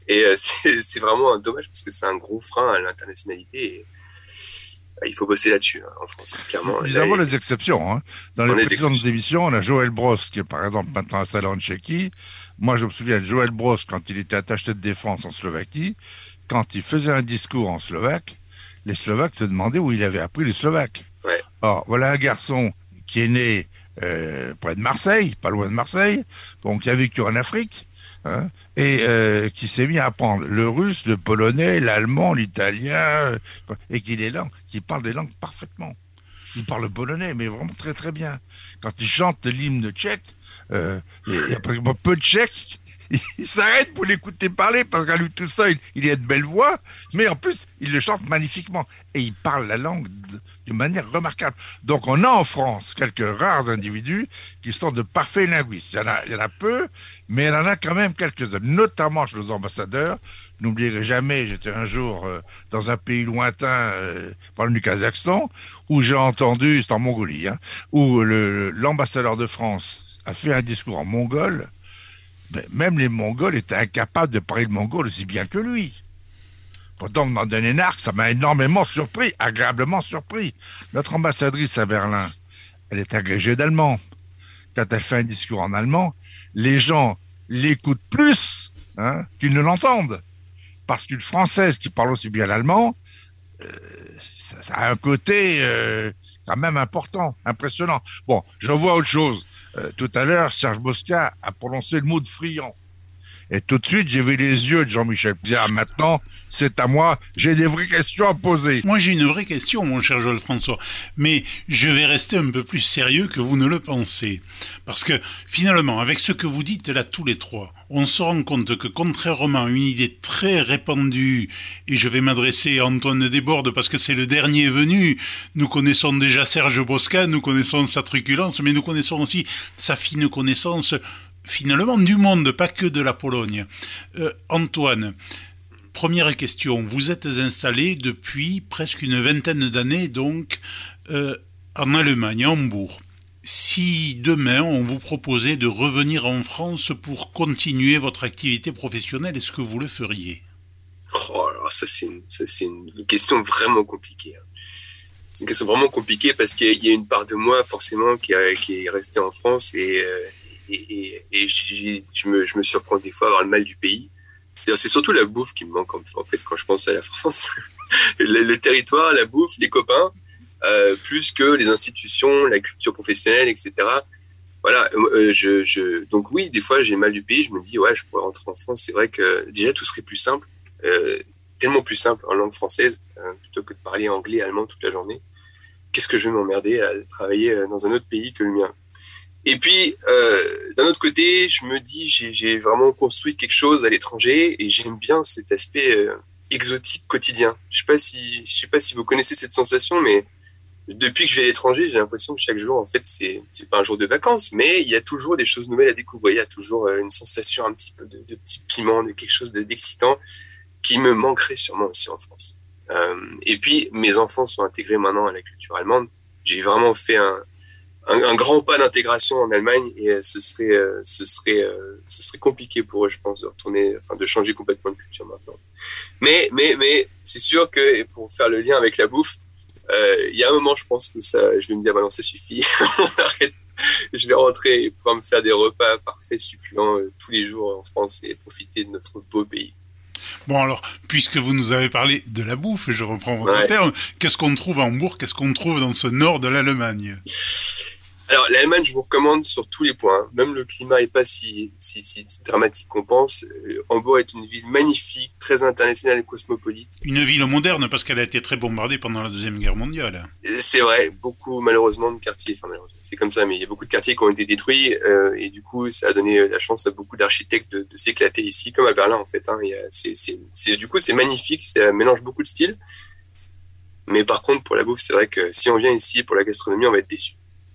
Et c'est vraiment un dommage parce que c'est un gros frein à l'internationalité. Et, il faut bosser là-dessus en France, clairement. Nous avons les exceptions. Hein. Dans les précédentes émissions, on a Joël Brosse qui est par exemple maintenant installé en Tchéquie. Moi, je me souviens de Joël Brosse quand il était attaché de défense en Slovaquie. Quand il faisait un discours en slovaque, les Slovaques se demandaient où il avait appris le slovaque. Ouais. Or, voilà un garçon qui est né près de Marseille, pas loin de Marseille, donc qui a vécu en Afrique, hein, et qui s'est mis à apprendre le russe, le polonais, l'allemand, l'italien, et qui parle des langues parfaitement. Il parle le polonais, mais vraiment très très bien. Quand il chante l'hymne tchèque, il y a pratiquement peu de Tchèques. Il s'arrête pour l'écouter parler parce qu'à lui tout seul, il a de belles voix, mais en plus, il le chante magnifiquement et il parle la langue d'une manière remarquable. Donc, on a en France quelques rares individus qui sont de parfaits linguistes. Il y en a peu, mais il y en a quand même quelques-uns, notamment chez nos ambassadeurs. N'oublierai jamais, j'étais un jour dans un pays lointain, par du Kazakhstan, où j'ai entendu, c'est en Mongolie, hein, où l'ambassadeur de France a fait un discours en mongol. Mais même les Mongols étaient incapables de parler le mongol aussi bien que lui. Pourtant, dans Danemark, ça m'a énormément surpris, agréablement surpris. Notre ambassadrice à Berlin, elle est agrégée d'allemand. Quand elle fait un discours en allemand, les gens l'écoutent plus qu'ils ne l'entendent. Parce qu'une Française qui parle aussi bien l'allemand, ça a un côté quand même important, impressionnant. Bon, je vois autre chose. Tout à l'heure, Serge Bosca a prononcé le mot de friand. Et tout de suite, j'ai vu les yeux de Jean-Michel. Maintenant, c'est à moi, j'ai des vraies questions à poser. Moi, j'ai une vraie question, mon cher Joël François. Mais je vais rester un peu plus sérieux que vous ne le pensez. Parce que, finalement, avec ce que vous dites là tous les trois, on se rend compte que, contrairement à une idée très répandue, et je vais m'adresser à Antoine Desbordes parce que c'est le dernier venu, nous connaissons déjà Serge Bosca, nous connaissons sa truculence, mais nous connaissons aussi sa fine connaissance finalement du monde, pas que de la Pologne. Antoine, première question, vous êtes installé depuis presque une vingtaine d'années donc en Allemagne, à Hambourg. Si demain on vous proposait de revenir en France pour continuer votre activité professionnelle, est-ce que vous le feriez ? Oh, alors ça c'est une question vraiment compliquée. C'est une question vraiment compliquée parce qu'il y a une part de moi forcément qui est restée en France et je me surprends des fois à avoir le mal du pays. C'est surtout la bouffe qui me manque en fait quand je pense à la France. le territoire, la bouffe, les copains, plus que les institutions, la culture professionnelle, etc. Voilà. Donc oui, des fois j'ai le mal du pays. Je me dis ouais, je pourrais rentrer en France. C'est vrai que déjà tout serait plus simple, tellement plus simple en langue française plutôt que de parler anglais, allemand toute la journée. Qu'est-ce que je vais m'emmerder à travailler dans un autre pays que le mien? Et puis, d'un autre côté, je me dis, j'ai vraiment construit quelque chose à l'étranger et j'aime bien cet aspect exotique quotidien. Je sais pas si vous connaissez cette sensation, mais depuis que je vais à l'étranger, j'ai l'impression que chaque jour, en fait, c'est pas un jour de vacances, mais il y a toujours des choses nouvelles à découvrir. Il y a toujours une sensation un petit peu de petit piment, de quelque chose d'excitant qui me manquerait sûrement aussi en France. Et puis, mes enfants sont intégrés maintenant à la culture allemande. J'ai vraiment fait un grand pas d'intégration en Allemagne et ce serait compliqué pour eux, je pense, de changer complètement de culture maintenant. Mais c'est sûr que pour faire le lien avec la bouffe, il y a un moment, je pense que je vais me dire, bah non, ça suffit, on arrête. Je vais rentrer et pouvoir me faire des repas parfaits, succulents tous les jours en France et profiter de notre beau pays. Bon alors, puisque vous nous avez parlé de la bouffe, je reprends votre terme, qu'est-ce qu'on trouve à Hambourg, qu'est-ce qu'on trouve dans ce nord de l'Allemagne ? Alors, l'Allemagne, je vous recommande sur tous les points. Même le climat est pas si dramatique qu'on pense. Hambourg est une ville magnifique, très internationale et cosmopolite. Une ville moderne parce qu'elle a été très bombardée pendant la Deuxième Guerre mondiale. C'est vrai, beaucoup malheureusement de quartiers, enfin malheureusement, c'est comme ça, mais il y a beaucoup de quartiers qui ont été détruits et du coup, ça a donné la chance à beaucoup d'architectes de s'éclater ici, comme à Berlin en fait. Du coup, c'est magnifique, ça mélange beaucoup de styles. Mais par contre, pour la bouffe, c'est vrai que si on vient ici pour la gastronomie, on va être déçu.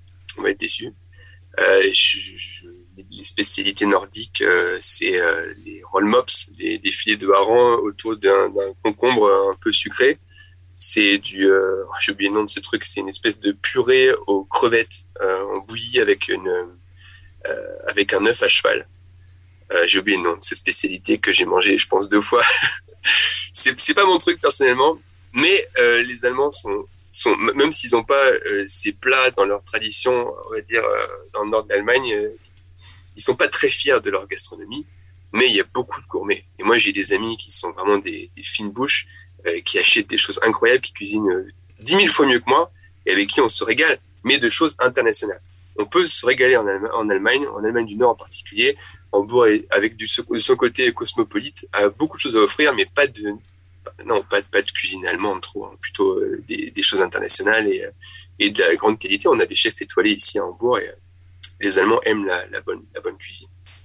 Les spécialités nordiques, c'est les rollmops, des filets de hareng autour d'un concombre un peu sucré. C'est j'ai oublié le nom de ce truc, c'est une espèce de purée aux crevettes en bouillie avec un œuf à cheval. J'ai oublié le nom de cette spécialité que j'ai mangé, je pense 2 fois. c'est pas mon truc personnellement, mais les Allemands sont même s'ils n'ont pas ces plats dans leur tradition, on va dire dans le nord de l'Allemagne, ils sont pas très fiers de leur gastronomie, mais il y a beaucoup de gourmets. Et moi, j'ai des amis qui sont vraiment des fines bouches, qui achètent des choses incroyables, qui cuisinent 10 000 fois mieux que moi, et avec qui on se régale, mais de choses internationales. On peut se régaler en Allemagne du Nord en particulier. Hambourg, avec de son côté cosmopolite, a beaucoup de choses à offrir, mais pas de cuisine allemande trop, hein. Plutôt des choses internationales et de la grande qualité. On a des chefs étoilés ici à Hambourg et les Allemands aiment la bonne cuisine.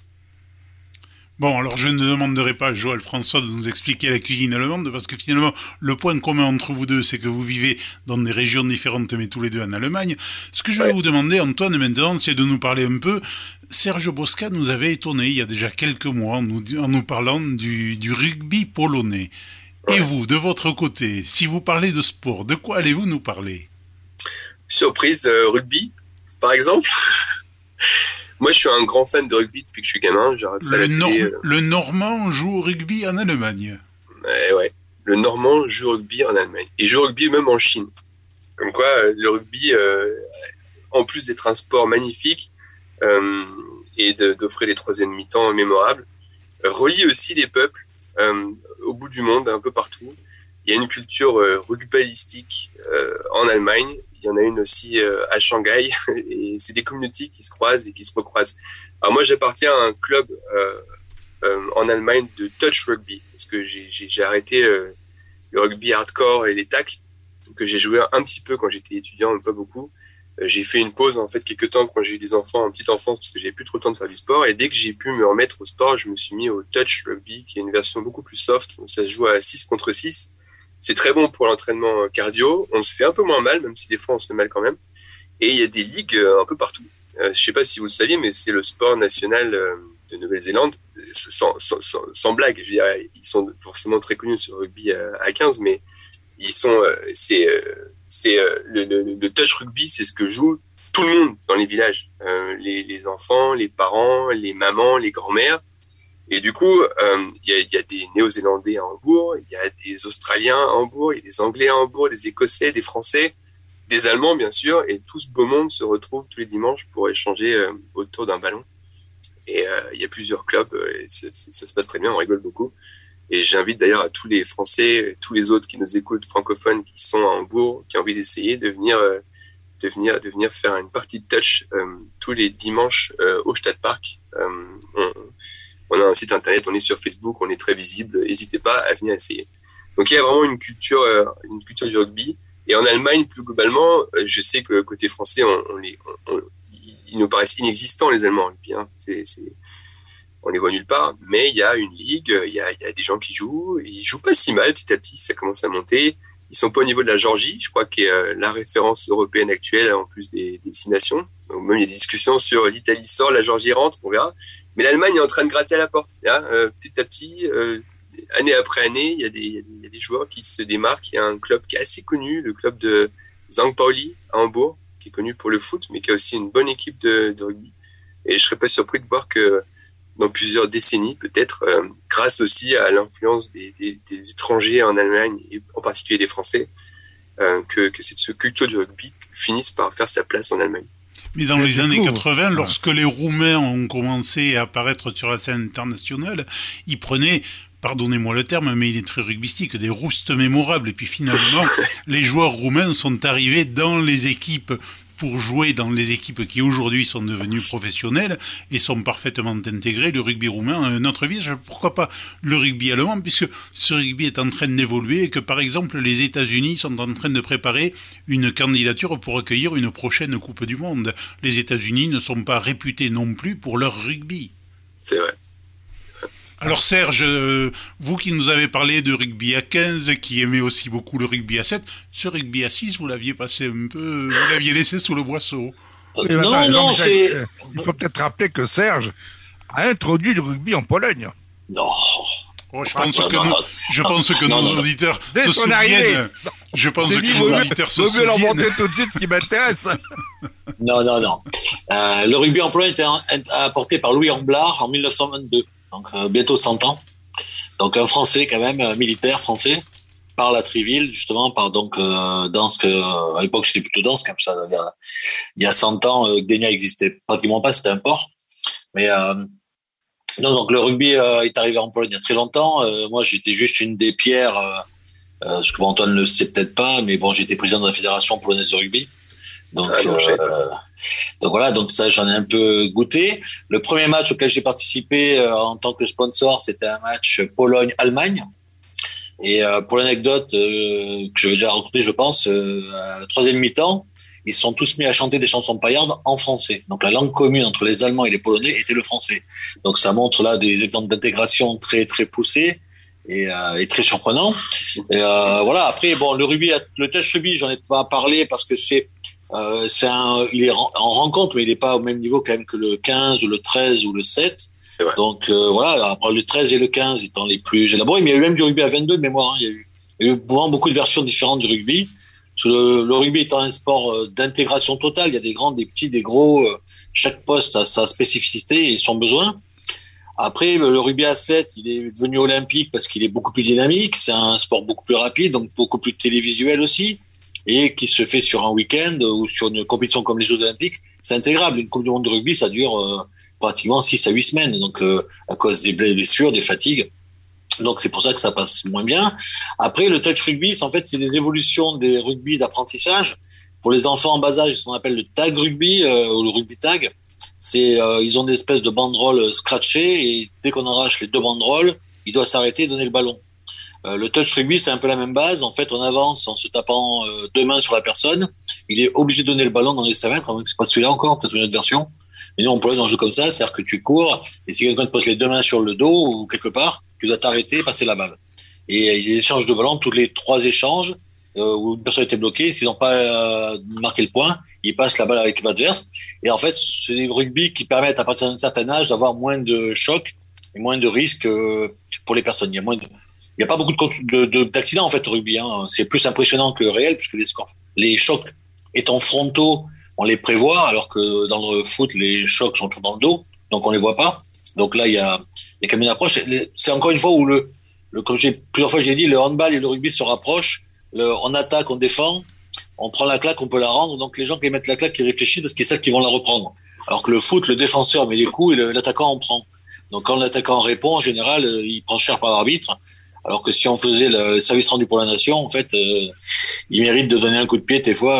Bon, alors je ne demanderai pas à Joël François de nous expliquer la cuisine allemande, parce que finalement, le point commun entre vous deux, c'est que vous vivez dans des régions différentes, mais tous les deux en Allemagne. Ce que je vais vous demander, Antoine, maintenant, c'est de nous parler un peu. Serge Boska nous avait étonné il y a déjà quelques mois en nous parlant du rugby polonais. Et vous, de votre côté, si vous parlez de sport, de quoi allez-vous nous parler? Surprise, rugby, par exemple. Moi, je suis un grand fan de rugby depuis que je suis gamin. J'arrête ça le Normand joue au rugby en Allemagne. Ouais. Le Normand joue au rugby en Allemagne. Et joue au rugby même en Chine. Comme quoi, le rugby, en plus d'être un sport magnifique et d'offrir les troisièmes mi-temps mémorables, relie aussi les peuples au bout du monde, un peu partout. Il y a une culture rugbalistique en Allemagne. Il y en a une aussi à Shanghai, et c'est des communautés qui se croisent et qui se recroisent. Alors moi, j'appartiens à un club en Allemagne de touch rugby, parce que j'ai arrêté le rugby hardcore et les tacles, que j'ai joué un petit peu quand j'étais étudiant, mais pas beaucoup. J'ai fait une pause, en fait, quelques temps quand j'ai eu des enfants en petite enfance, parce que j'avais plus trop le temps de faire du sport, et dès que j'ai pu me remettre au sport, je me suis mis au touch rugby, qui est une version beaucoup plus soft, où ça se joue à 6 contre 6. C'est très bon pour l'entraînement cardio. On se fait un peu moins mal, même si des fois on se fait mal quand même. Et il y a des ligues un peu partout. Je sais pas si vous le saviez, mais c'est le sport national de Nouvelle-Zélande, sans blague. Je veux dire, ils sont forcément très connus sur le rugby à 15, mais ils sont, le touch rugby, c'est ce que joue tout le monde dans les villages. Les enfants, les parents, les mamans, les grands-mères. Et du coup, il y a des Néo-Zélandais à Hambourg, il y a des Australiens à Hambourg, il y a des Anglais à Hambourg, des Écossais, des Français, des Allemands bien sûr, et tout ce beau monde se retrouve tous les dimanches pour échanger autour d'un ballon. Et il y a plusieurs clubs, et ça se passe très bien, on rigole beaucoup. Et j'invite d'ailleurs à tous les Français, tous les autres qui nous écoutent, francophones, qui sont à Hambourg, qui ont envie d'essayer de venir faire une partie de touch tous les dimanches au Stadtpark. On a un site internet, on est sur Facebook, on est très visible. N'hésitez pas à venir essayer. Donc il y a vraiment une culture du rugby. Et en Allemagne, plus globalement, je sais que côté français, ils nous paraissent inexistants les Allemands en rugby. Hein. On les voit nulle part. Mais il y a une ligue, il y a des gens qui jouent. Ils jouent pas si mal, petit à petit, ça commence à monter. Ils sont pas au niveau de la Géorgie, je crois, qui est la référence européenne actuelle en plus des 6 nations. Donc même il y a des discussions sur l'Italie sort, la Géorgie rentre, on verra. Mais l'Allemagne est en train de gratter à la porte. Petit à petit, année après année, il y a des joueurs qui se démarquent. Il y a un club qui est assez connu, le club de St. Pauli à Hambourg, qui est connu pour le foot, mais qui a aussi une bonne équipe de rugby. Et je ne serais pas surpris de voir que dans plusieurs décennies, peut-être, grâce aussi à l'influence des étrangers en Allemagne, et en particulier des Français, que cette culture du rugby finisse par faire sa place en Allemagne. Mais dans les années 80, lorsque les Roumains ont commencé à apparaître sur la scène internationale, ils prenaient, pardonnez-moi le terme, mais il est très rugbystique, des roustes mémorables. Et puis finalement, les joueurs roumains sont arrivés dans les équipes pour jouer dans les équipes qui aujourd'hui sont devenues professionnelles et sont parfaitement intégrées. Le rugby roumain a un autre visage, pourquoi pas le rugby allemand, puisque ce rugby est en train d'évoluer et que par exemple les États-Unis sont en train de préparer une candidature pour accueillir une prochaine Coupe du Monde. Les États-Unis ne sont pas réputés non plus pour leur rugby. C'est vrai. Alors Serge, vous qui nous avez parlé de rugby à 15, qui aimait aussi beaucoup le rugby à 7, ce rugby à 6, vous l'aviez passé un peu, vous l'aviez laissé sous le boisseau. Non, c'est... Il faut peut-être rappeler que Serge a introduit le rugby en Pologne. Non. Oh, je pense que nos auditeurs se souviennent. Je pense que nos auditeurs se souviennent. Leur montrer tout de suite ce qui m'intéresse. Non. Le rugby en Pologne a été apporté par Louis Amblard en 1922. donc bientôt 100 ans. Donc un Français quand même, militaire français, par la Triville, justement, par donc danse à l'époque c'était plutôt danse comme ça. Il y a 100 ans, Gdynia existait pratiquement pas, c'était un port. Mais non, donc le rugby est arrivé en Pologne il y a très longtemps. Moi, j'étais juste une des pierres, ce que Antoine ne le sait peut-être pas, mais bon, j'étais président de la fédération polonaise de rugby. Donc, donc voilà, donc ça, j'en ai un peu goûté. Le premier match auquel j'ai participé en tant que sponsor, c'était un match Pologne-Allemagne. Et pour l'anecdote que je vais déjà raconter, je pense, à la troisième mi-temps, ils se sont tous mis à chanter des chansons paillardes en français. Donc la langue commune entre les Allemands et les Polonais était le français. Donc ça montre là des exemples d'intégration très très poussés et très surprenants. Et voilà. Après, bon, le touch rugby, j'en ai pas parlé parce que il est en rencontre, mais il n'est pas au même niveau quand même que le 15 ou le 13 ou le 7. Donc voilà, après le 13 et le 15 étant les plus élaborés, mais il y a eu même du rugby à 22 de mémoire. Hein. Il y a eu vraiment beaucoup de versions différentes du rugby. Parce que le rugby étant un sport d'intégration totale, il y a des grands, des petits, des gros. Chaque poste a sa spécificité et son besoin. Après, le rugby à 7, il est devenu olympique parce qu'il est beaucoup plus dynamique. C'est un sport beaucoup plus rapide, donc beaucoup plus télévisuel aussi, et qui se fait sur un week-end ou sur une compétition comme les Jeux olympiques. C'est intégrable. Une Coupe du monde de rugby, ça dure pratiquement 6 à 8 semaines, donc à cause des blessures, des fatigues. Donc c'est pour ça que ça passe moins bien. Après, le touch rugby, en fait, c'est des évolutions des rugby d'apprentissage. Pour les enfants en bas âge, ce qu'on appelle le tag rugby ou le rugby tag. Ils ont des espèces de banderoles scratchées et dès qu'on arrache les deux banderoles, il doit s'arrêter et donner le ballon. Le touch rugby, c'est un peu la même base. En fait, on avance en se tapant deux mains sur la personne. Il est obligé de donner le ballon dans les 5 mètres. C'est pas celui-là encore, peut-être une autre version. Mais nous, on peut en jeu comme ça, c'est-à-dire que tu cours, et si quelqu'un te pose les deux mains sur le dos ou quelque part, tu dois t'arrêter et passer la balle. Et il y a des échanges de ballon, tous les 3 échanges, où une personne était bloquée, s'ils n'ont pas marqué le point, ils passent la balle avec l'équipe adverse. Et en fait, c'est des rugby qui permettent, à partir d'un certain âge, d'avoir moins de chocs et moins de risques pour les personnes. Il y a pas beaucoup d'accidents, en fait, au rugby, hein. C'est plus impressionnant que réel, puisque les chocs étant frontaux, on les prévoit, alors que dans le foot, les chocs sont toujours dans le dos, donc on les voit pas. Donc là, il y a quand même une approche. C'est encore une fois où comme plusieurs fois j'ai dit, le handball et le rugby se rapprochent. On attaque, on défend, on prend la claque, on peut la rendre. Donc les gens qui mettent la claque, ils réfléchissent parce qu'ils savent qu'ils vont la reprendre. Alors que le foot, le défenseur met des coups et l'attaquant en prend. Donc quand l'attaquant répond, en général, il prend cher par l'arbitre. Alors que si on faisait le service rendu pour la nation, en fait, il mérite de donner un coup de pied. Des fois,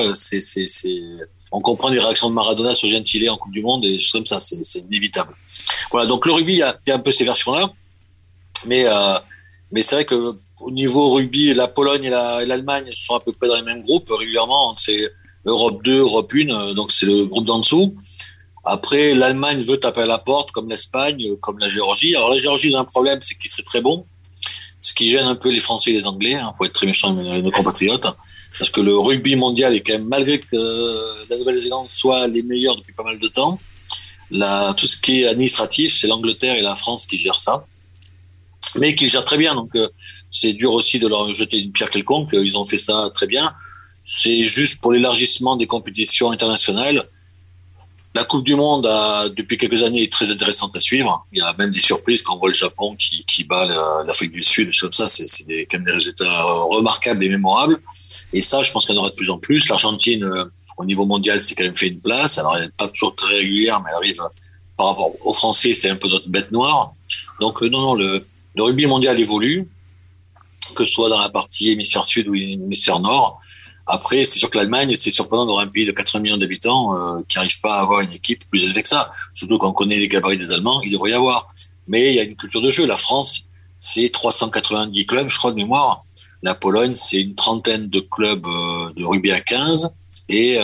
on comprend les réactions de Maradona sur Gentile en Coupe du Monde et des choses comme ça, c'est inévitable. Voilà, donc le rugby, il y a un peu ces versions-là, mais c'est vrai que au niveau rugby, la Pologne et l'Allemagne sont à peu près dans les mêmes groupes régulièrement. C'est Europe 2, Europe 1, donc c'est le groupe d'en dessous. Après, l'Allemagne veut taper à la porte, comme l'Espagne, comme la Géorgie. Alors la Géorgie a un problème, c'est qu'ils seraient très bons, ce qui gêne un peu les Français et les Anglais. Hein, faut être très méchant avec nos compatriotes. Parce que le rugby mondial est quand même, malgré que la Nouvelle-Zélande soit les meilleurs depuis pas mal de temps, tout ce qui est administratif, c'est l'Angleterre et la France qui gèrent ça, mais qui le gèrent très bien. Donc c'est dur aussi de leur jeter une pierre quelconque. Ils ont fait ça très bien. C'est juste pour l'élargissement des compétitions internationales. La Coupe du Monde, depuis quelques années, est très intéressante à suivre. Il y a même des surprises quand on voit le Japon qui bat l'Afrique du Sud. Comme ça, c'est quand même des résultats remarquables et mémorables. Et ça, je pense qu'il y en aura de plus en plus. L'Argentine, au niveau mondial, c'est quand même fait une place. Alors, elle n'est pas toujours très régulière, mais elle arrive par rapport aux Français, c'est un peu notre bête noire. Donc, non, le rugby mondial évolue, que ce soit dans la partie hémisphère sud ou hémisphère nord. Après, c'est sûr que l'Allemagne, c'est surprenant d'avoir un pays de 80 millions d'habitants qui n'arrive pas à avoir une équipe plus élevée que ça. Surtout quand on connaît les gabarits des Allemands, il devrait y avoir. Mais il y a une culture de jeu. La France, c'est 390 clubs, je crois, de mémoire. La Pologne, c'est une trentaine de clubs de rugby à 15 et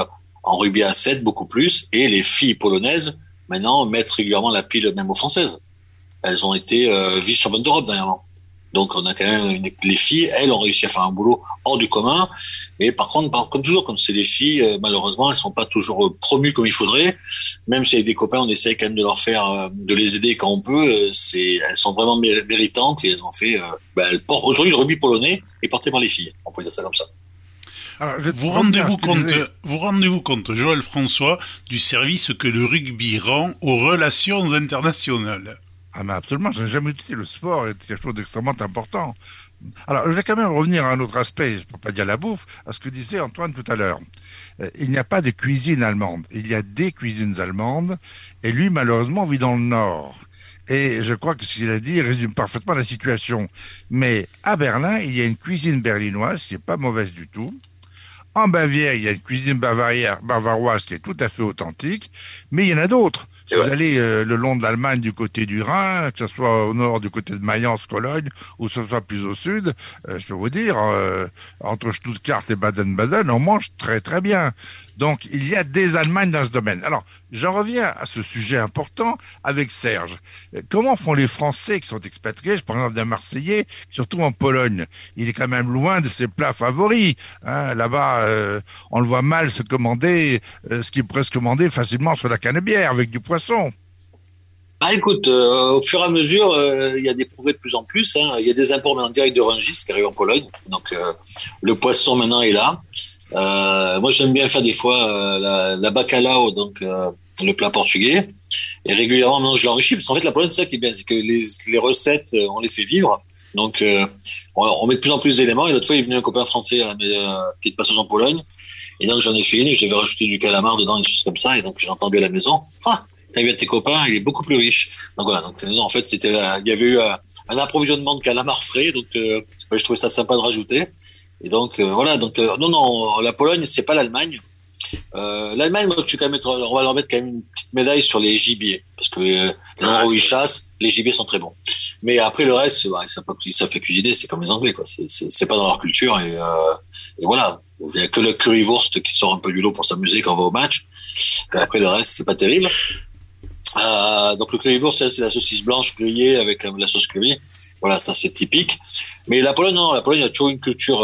en rugby à 7, beaucoup plus. Et les filles polonaises, maintenant, mettent régulièrement la pile même aux Françaises. Elles ont été vice-championnes d'Europe dernièrement. Donc, on a quand même les filles, elles ont réussi à faire un boulot hors du commun. Mais par contre, comme toujours, comme c'est des filles, malheureusement, elles sont pas toujours promues comme il faudrait. Même si avec des copains, on essaye quand même de leur faire, de les aider quand on peut. Elles sont vraiment méritantes et elles ont fait. Aujourd'hui, le rugby polonais est porté par les filles. On peut dire ça comme ça. Alors, vous rendez-vous compte, Joël François, du service que le rugby rend aux relations internationales? Ah, mais absolument, je n'ai jamais dit le sport est quelque chose d'extrêmement important. Alors, je vais quand même revenir à un autre aspect, je ne peux pas dire la bouffe, à ce que disait Antoine tout à l'heure. Il n'y a pas de cuisine allemande, il y a des cuisines allemandes, et lui, malheureusement, vit dans le Nord. Et je crois que ce qu'il a dit résume parfaitement la situation. Mais à Berlin, il y a une cuisine berlinoise qui n'est pas mauvaise du tout. En Bavière, il y a une cuisine bavaroise qui est tout à fait authentique, mais il y en a d'autres. Si vous allez le long de l'Allemagne du côté du Rhin, que ce soit au nord du côté de Mayence, Cologne, ou que ce soit plus au sud, je peux vous dire, entre Stuttgart et Baden-Baden, on mange très très bien. Donc il y a des Allemagnes dans ce domaine. Alors, j'en reviens à ce sujet important avec Serge. Comment font les Français qui sont expatriés, par exemple d'un Marseillais, surtout en Pologne? Il est quand même loin de ses plats favoris. Hein. Là-bas, on le voit mal se commander ce qui pourrait se commander facilement sur la canebière avec du poisson. Ah, écoute, au fur et à mesure, il y a des progrès de plus en plus. Hein. Il y a des imports maintenant directs de Rungis qui arrivent en Pologne. Donc, le poisson maintenant est là. Moi, j'aime bien faire des fois la bacalhau, donc le plat portugais. Et régulièrement, maintenant, je l'enrichis. Parce qu'en fait, la Pologne, c'est ça qui est bien, c'est que les recettes, on les fait vivre. Donc, on met de plus en plus d'éléments. Et l'autre fois, il est venu un copain français qui est de passage en Pologne. Et donc, j'en ai fait une. J'avais rajouté du calamar dedans, des choses comme ça. Et donc, j'entends bien à la maison. Ah! Quand il vient de tes copains, il est beaucoup plus riche. Donc voilà. Donc en fait, il y avait eu un approvisionnement de calamar frais. Donc je trouvais ça sympa de rajouter. Et donc voilà. Donc non, la Pologne, c'est pas l'Allemagne. L'Allemagne, moi, on va leur mettre quand même une petite médaille sur les gibiers, parce que les endroits où ils chassent, les gibiers sont très bons. Mais après le reste, ils savent fait cuisiner, c'est comme les Anglais, quoi. C'est pas dans leur culture et voilà. Il y a que le currywurst qui sort un peu du lot pour s'amuser quand on va au match. Et après le reste, c'est pas terrible. Donc le currywurst, c'est la saucisse blanche grillée avec la sauce curry. Voilà, ça c'est typique. Mais la Pologne, non, la Pologne a toujours une culture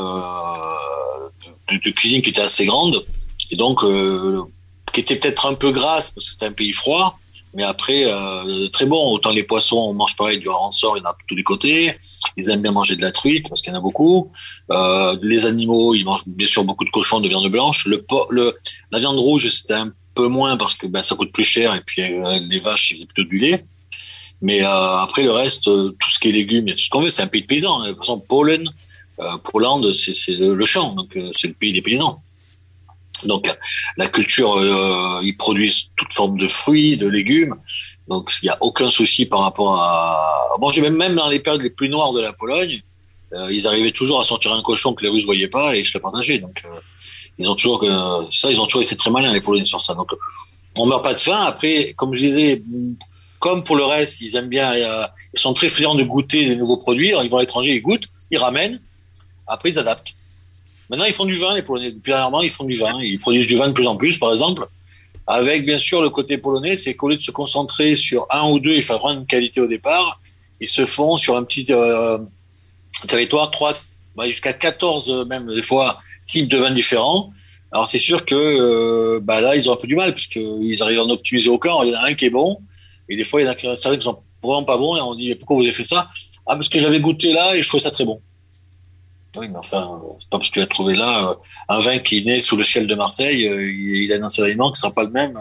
de cuisine qui était assez grande et donc qui était peut-être un peu grasse parce que c'était un pays froid. Mais après, très bon. Autant les poissons, on mange pareil du hareng-sort, il y en a de tous les côtés. Ils aiment bien manger de la truite parce qu'il y en a beaucoup. Les animaux, ils mangent bien sûr beaucoup de cochons, de viande blanche. La viande rouge, c'était un peu moins parce que ça coûte plus cher et puis les vaches, ils faisaient plutôt du lait. Mais après, le reste, tout ce qui est légumes, il y a tout ce qu'on veut. C'est un pays de paysans. De toute façon, Pologne, c'est le champ. Donc, c'est le pays des paysans. Donc, la culture, ils produisent toutes formes de fruits, de légumes. Donc, il n'y a aucun souci par rapport à... Bon, même dans les périodes les plus noires de la Pologne, ils arrivaient toujours à sortir un cochon que les Russes ne voyaient pas et se le partageaient. Donc, ils ont toujours été très malins, les Polonais, sur ça. Donc, on meurt pas de faim. Après, comme je disais, comme pour le reste, ils aiment bien, ils sont très friands de goûter des nouveaux produits. Alors, ils vont à l'étranger, ils goûtent, ils ramènent. Après, ils adaptent. Maintenant, ils font du vin, les Polonais. Depuis dernièrement, ils font du vin. Ils produisent du vin de plus en plus, par exemple. Avec, bien sûr, le côté polonais, c'est qu'au lieu de se concentrer sur un ou deux et faire vraiment une qualité au départ, ils se font sur un petit territoire, 3, jusqu'à 14, même, des fois, types de vins différents. Alors, c'est sûr que là, ils ont un peu du mal, puisqu'ils arrivent à en optimiser aucun. Alors, il y en a un qui est bon, et des fois, il y en a certains qui sont vraiment pas bons, et on dit, pourquoi vous avez fait ça? Ah, parce que j'avais goûté là, et je trouvais ça très bon. Oui, mais enfin, c'est pas parce que tu as trouvé là un vin qui naît sous le ciel de Marseille, il a un ensoleillement qui sera pas le même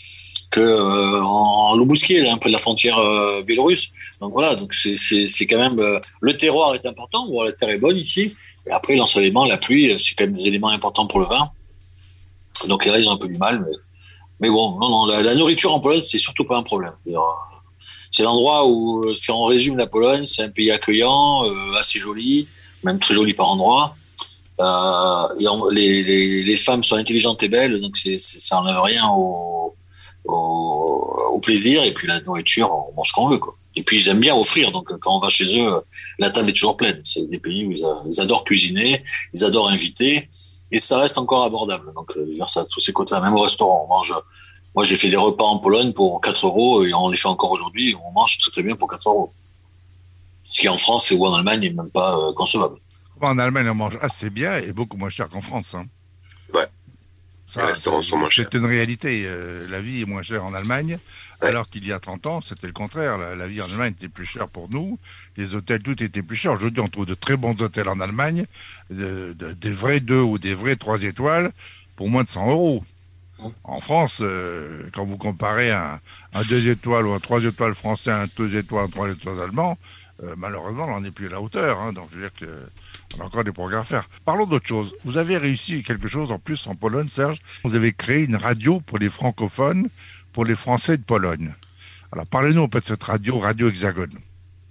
que en Loubousquier, là, un peu de la frontière biélorusse. Donc voilà, donc c'est quand même le terroir est important. Bon, la terre est bonne ici, et après l'ensoleillement, la pluie, c'est quand même des éléments importants pour le vin. Donc là, ils ont un peu du mal, mais bon, non, la nourriture en Pologne, c'est surtout pas un problème. C'est l'endroit où, si on résume la Pologne, c'est un pays accueillant, assez joli. Même très joli par endroits. Les femmes sont intelligentes et belles, donc ça n'enlève rien au plaisir. Et puis la nourriture, on mange ce qu'on veut, quoi. Et puis ils aiment bien offrir, donc quand on va chez eux, la table est toujours pleine. C'est des pays où ils adorent cuisiner, ils adorent inviter, et ça reste encore abordable. Donc ça, tous ces côtés-là, même au restaurant, on mange. Moi, j'ai fait des repas en Pologne pour 4 €, et on les fait encore aujourd'hui. On mange très très bien pour 4 €. Ce qui en France ou en Allemagne n'est même pas concevable. En Allemagne, on mange assez bien et beaucoup moins cher qu'en France. Hein. Ouais. Ça, les restaurants sont moins chers. C'est une réalité. La vie est moins chère en Allemagne, alors qu'il y a 30 ans, c'était le contraire. La vie en Allemagne était plus chère pour nous. Les hôtels, tout était plus cher. Aujourd'hui, on trouve de très bons hôtels en Allemagne, des vrais 2 ou des vrais 3 étoiles, pour moins de 100 €. En France, quand vous comparez un 2 étoiles ou un 3 étoiles français à un 2 étoiles, un 3 étoiles allemand, malheureusement, on n'en est plus à la hauteur. Donc, je veux dire qu'on a encore des progrès à faire. Parlons d'autre chose. Vous avez réussi quelque chose en plus en Pologne, Serge. Vous avez créé une radio pour les francophones, pour les Français de Pologne. Alors, parlez-nous un peu de cette radio, Radio Hexagone.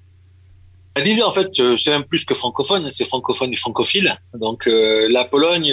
L'idée, en fait, c'est même plus que francophone, c'est francophone et francophile. Donc, la Pologne,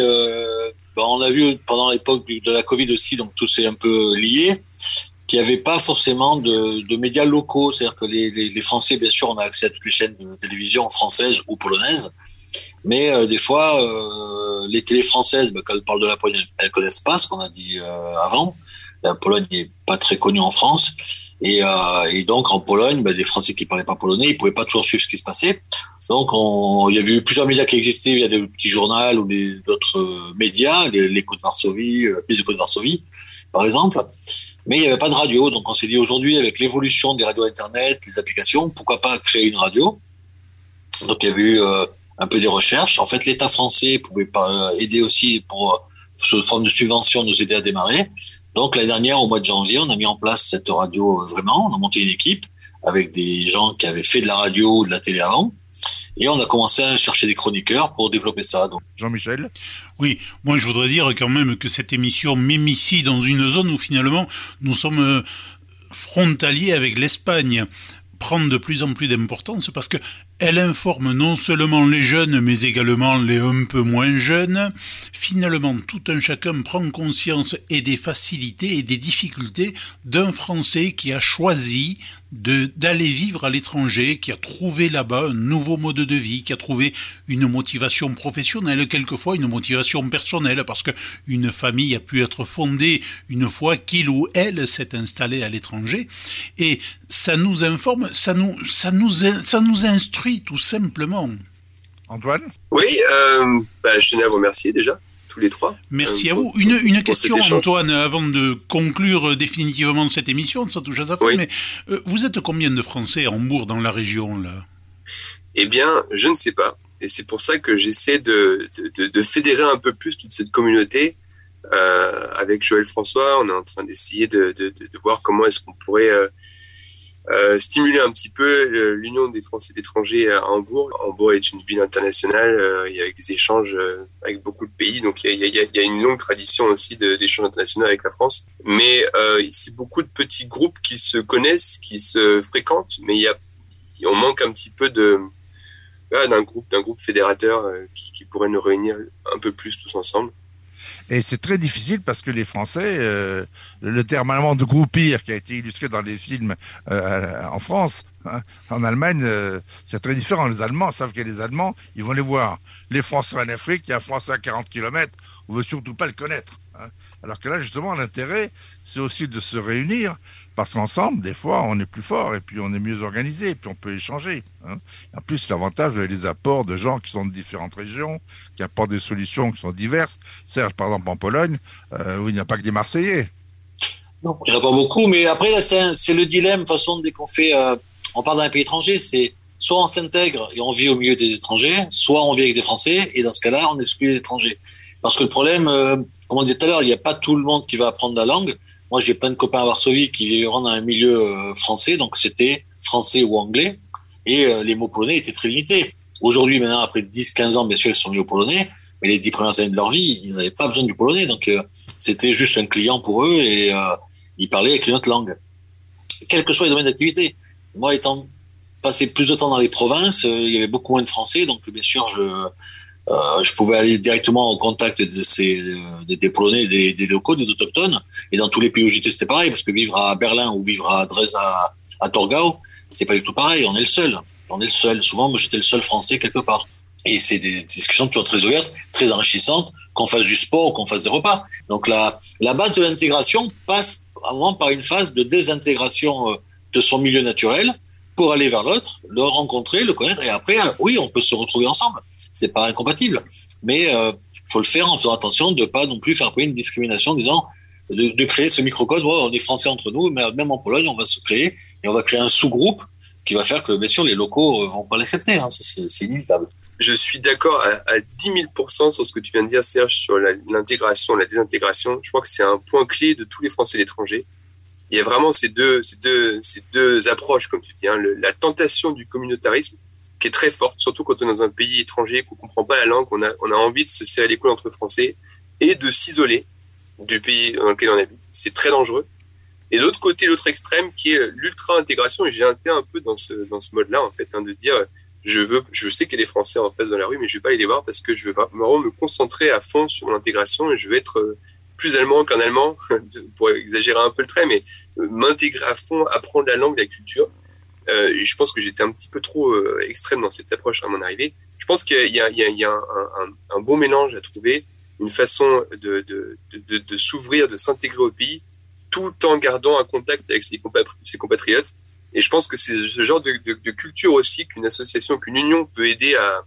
on a vu pendant l'époque de la Covid aussi, donc tout s'est un peu lié, qu'il n'y avait pas forcément de médias locaux. C'est-à-dire que les Français, bien sûr, on a accès à toutes les chaînes de télévision françaises ou polonaises, mais des fois, les télés françaises, quand elles parlent de la Pologne, elles connaissent pas ce qu'on a dit avant. La Pologne n'est pas très connue en France. Et donc, en Pologne, des Français qui parlaient pas polonais, ils pouvaient pas toujours suivre ce qui se passait. Donc, il y avait eu plusieurs médias qui existaient. Il y a des petits journaux ou d'autres médias, les Échos de Varsovie, les Échos de Varsovie, par exemple. Mais il n'y avait pas de radio. Donc, on s'est dit aujourd'hui, avec l'évolution des radios Internet, les applications, pourquoi pas créer une radio? Donc, il y avait eu un peu des recherches. En fait, l'État français pouvait pas aider aussi sous forme de subvention, nous aider à démarrer. Donc, l'année dernière, au mois de janvier, on a mis en place cette radio vraiment. On a monté une équipe avec des gens qui avaient fait de la radio ou de la télé avant. Et on a commencé à chercher des chroniqueurs pour développer ça. Donc. Jean-Michel? Oui, moi je voudrais dire quand même que cette émission m'immiscie dans une zone où finalement nous sommes frontaliers avec l'Espagne. Prend de plus en plus d'importance parce que elle informe non seulement les jeunes, mais également les un peu moins jeunes. Finalement, tout un chacun prend conscience et des facilités et des difficultés d'un Français qui a choisi d'aller vivre à l'étranger, qui a trouvé là-bas un nouveau mode de vie, qui a trouvé une motivation professionnelle, quelquefois une motivation personnelle, parce qu'une famille a pu être fondée une fois qu'il ou elle s'est installé à l'étranger. Et ça nous informe, ça nous instruit tout simplement. Antoine? Oui, je tenais à vous remercier déjà, tous les trois. Merci à vous. Une question, Antoine, avant de conclure définitivement cette émission, ça touche à sa fin, oui. Mais vous êtes combien de Français à Hambourg, dans la région, là? Eh bien, je ne sais pas. Et c'est pour ça que j'essaie de fédérer un peu plus toute cette communauté. Avec Joël François, on est en train d'essayer de voir comment est-ce qu'on pourrait stimuler un petit peu l'union des Français d'étrangers à Hambourg. Hambourg est une ville internationale, il y a des échanges avec beaucoup de pays, donc il y a une longue tradition aussi d'échanges internationaux avec la France. Mais c'est beaucoup de petits groupes qui se connaissent, qui se fréquentent, mais on manque un petit peu d'un groupe fédérateur qui pourrait nous réunir un peu plus tous ensemble. Et c'est très difficile parce que les Français, le terme allemand de groupir qui a été illustré dans les films en France, en Allemagne, c'est très différent. Les Allemands savent que les Allemands, ils vont les voir. Les Français en Afrique, il y a un Français à 40 km, on ne veut surtout pas le connaître. Alors que là, justement, l'intérêt, c'est aussi de se réunir, parce qu'ensemble, des fois, on est plus fort, et puis on est mieux organisé, et puis on peut échanger. En plus, l'avantage, vous avez les apports de gens qui sont de différentes régions, qui apportent des solutions qui sont diverses. Serge, par exemple, en Pologne, où il n'y a pas que des Marseillais. Non, il n'y en a pas beaucoup, mais après, là, c'est le dilemme, de toute façon, dès qu'on fait... on part d'un pays étranger, c'est soit on s'intègre et on vit au milieu des étrangers, soit on vit avec des Français, et dans ce cas-là, on exclut les étrangers. Parce que le problème... comme on disait tout à l'heure, il n'y a pas tout le monde qui va apprendre la langue. Moi, j'ai plein de copains à Varsovie qui vivent dans un milieu français, donc c'était français ou anglais, et les mots polonais étaient très limités. Aujourd'hui, maintenant, après 10-15 ans, bien sûr, ils sont mis au polonais, mais les 10 premières années de leur vie, ils n'avaient pas besoin du polonais, donc c'était juste un client pour eux, et ils parlaient avec une autre langue. Quels que soient les domaines d'activité. Moi, étant passé plus de temps dans les provinces, il y avait beaucoup moins de Français, donc bien sûr, je pouvais aller directement au contact des Polonais, des locaux, des autochtones. Et dans tous les pays où j'étais, c'était pareil, parce que vivre à Berlin ou vivre à Dresde, à Torgau, c'est pas du tout pareil. On est le seul. Souvent, moi, j'étais le seul Français quelque part. Et c'est des discussions toujours très ouvertes, très enrichissantes, qu'on fasse du sport, qu'on fasse des repas. Donc la base de l'intégration passe avant par une phase de désintégration de son milieu naturel pour aller vers l'autre, le rencontrer, le connaître, et après, oui, on peut se retrouver ensemble. C'est pas incompatible, mais faut le faire en faisant attention de pas non plus faire une discrimination, en disant de créer ce microcode. On est Français entre nous, mais même en Pologne, on va se créer et on va créer un sous-groupe qui va faire que, bien sûr, les locaux vont pas l'accepter. Ça, c'est inévitable. je suis d'accord à 10 000% sur ce que tu viens de dire, Serge, sur l'intégration, la désintégration. Je crois que c'est un point clé de tous les Français et l'étranger. Il y a vraiment ces deux approches, comme tu dis, hein. La tentation du communautarisme, qui est très forte, surtout quand on est dans un pays étranger, qu'on comprend pas la langue, on a envie de se serrer les coudes entre Français et de s'isoler du pays dans lequel on habite. C'est très dangereux. Et l'autre côté, l'autre extrême, qui est l'ultra-intégration, et j'ai été un peu dans ce mode-là, en fait, hein, de dire, je sais qu'il y a des Français en face dans la rue, mais je vais pas aller les voir parce que je veux vraiment me concentrer à fond sur l'intégration et je vais être plus allemand qu'un allemand, pour exagérer un peu le trait, mais m'intégrer à fond, apprendre la langue, la culture. Et je pense que j'étais un petit peu trop extrême dans cette approche à mon arrivée. Je pense qu'il y a un bon mélange à trouver, une façon de s'ouvrir, de s'intégrer au pays, tout en gardant un contact avec ses compatriotes. Et je pense que c'est ce genre de culture aussi qu'une association, qu'une union peut aider à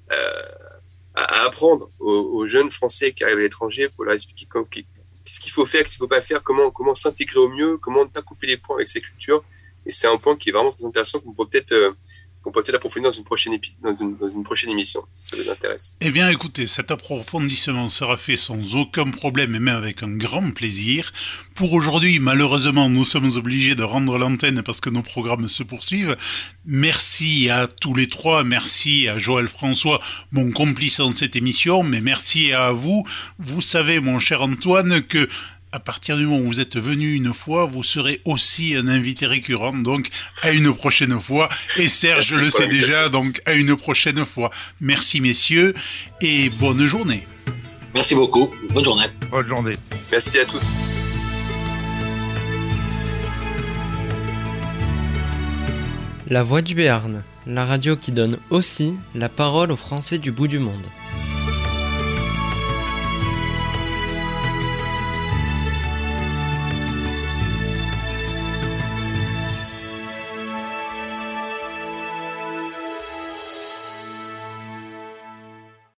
apprendre aux jeunes Français qui arrivent à l'étranger pour leur expliquer qu'est-ce qu'il faut faire, qu'est-ce qu'il ne faut pas faire, comment s'intégrer au mieux, comment ne pas couper les ponts avec ces cultures. Et c'est un point qui est vraiment très intéressant qu'on peut peut-être approfondir dans une prochaine émission, si ça vous intéresse. Eh bien, écoutez, cet approfondissement sera fait sans aucun problème et même avec un grand plaisir. Pour aujourd'hui, malheureusement, nous sommes obligés de rendre l'antenne parce que nos programmes se poursuivent. Merci à tous les trois, merci à Joël François, mon complice dans cette émission, mais merci à vous. Vous savez, mon cher Antoine, que à partir du moment où vous êtes venu une fois, vous serez aussi un invité récurrent, donc à une prochaine fois. Et Serge, je le sais déjà, donc à une prochaine fois. Merci messieurs et bonne journée. Merci beaucoup, bonne journée. Bonne journée. Merci à tous. La Voix du Béarn, la radio qui donne aussi la parole aux Français du bout du monde.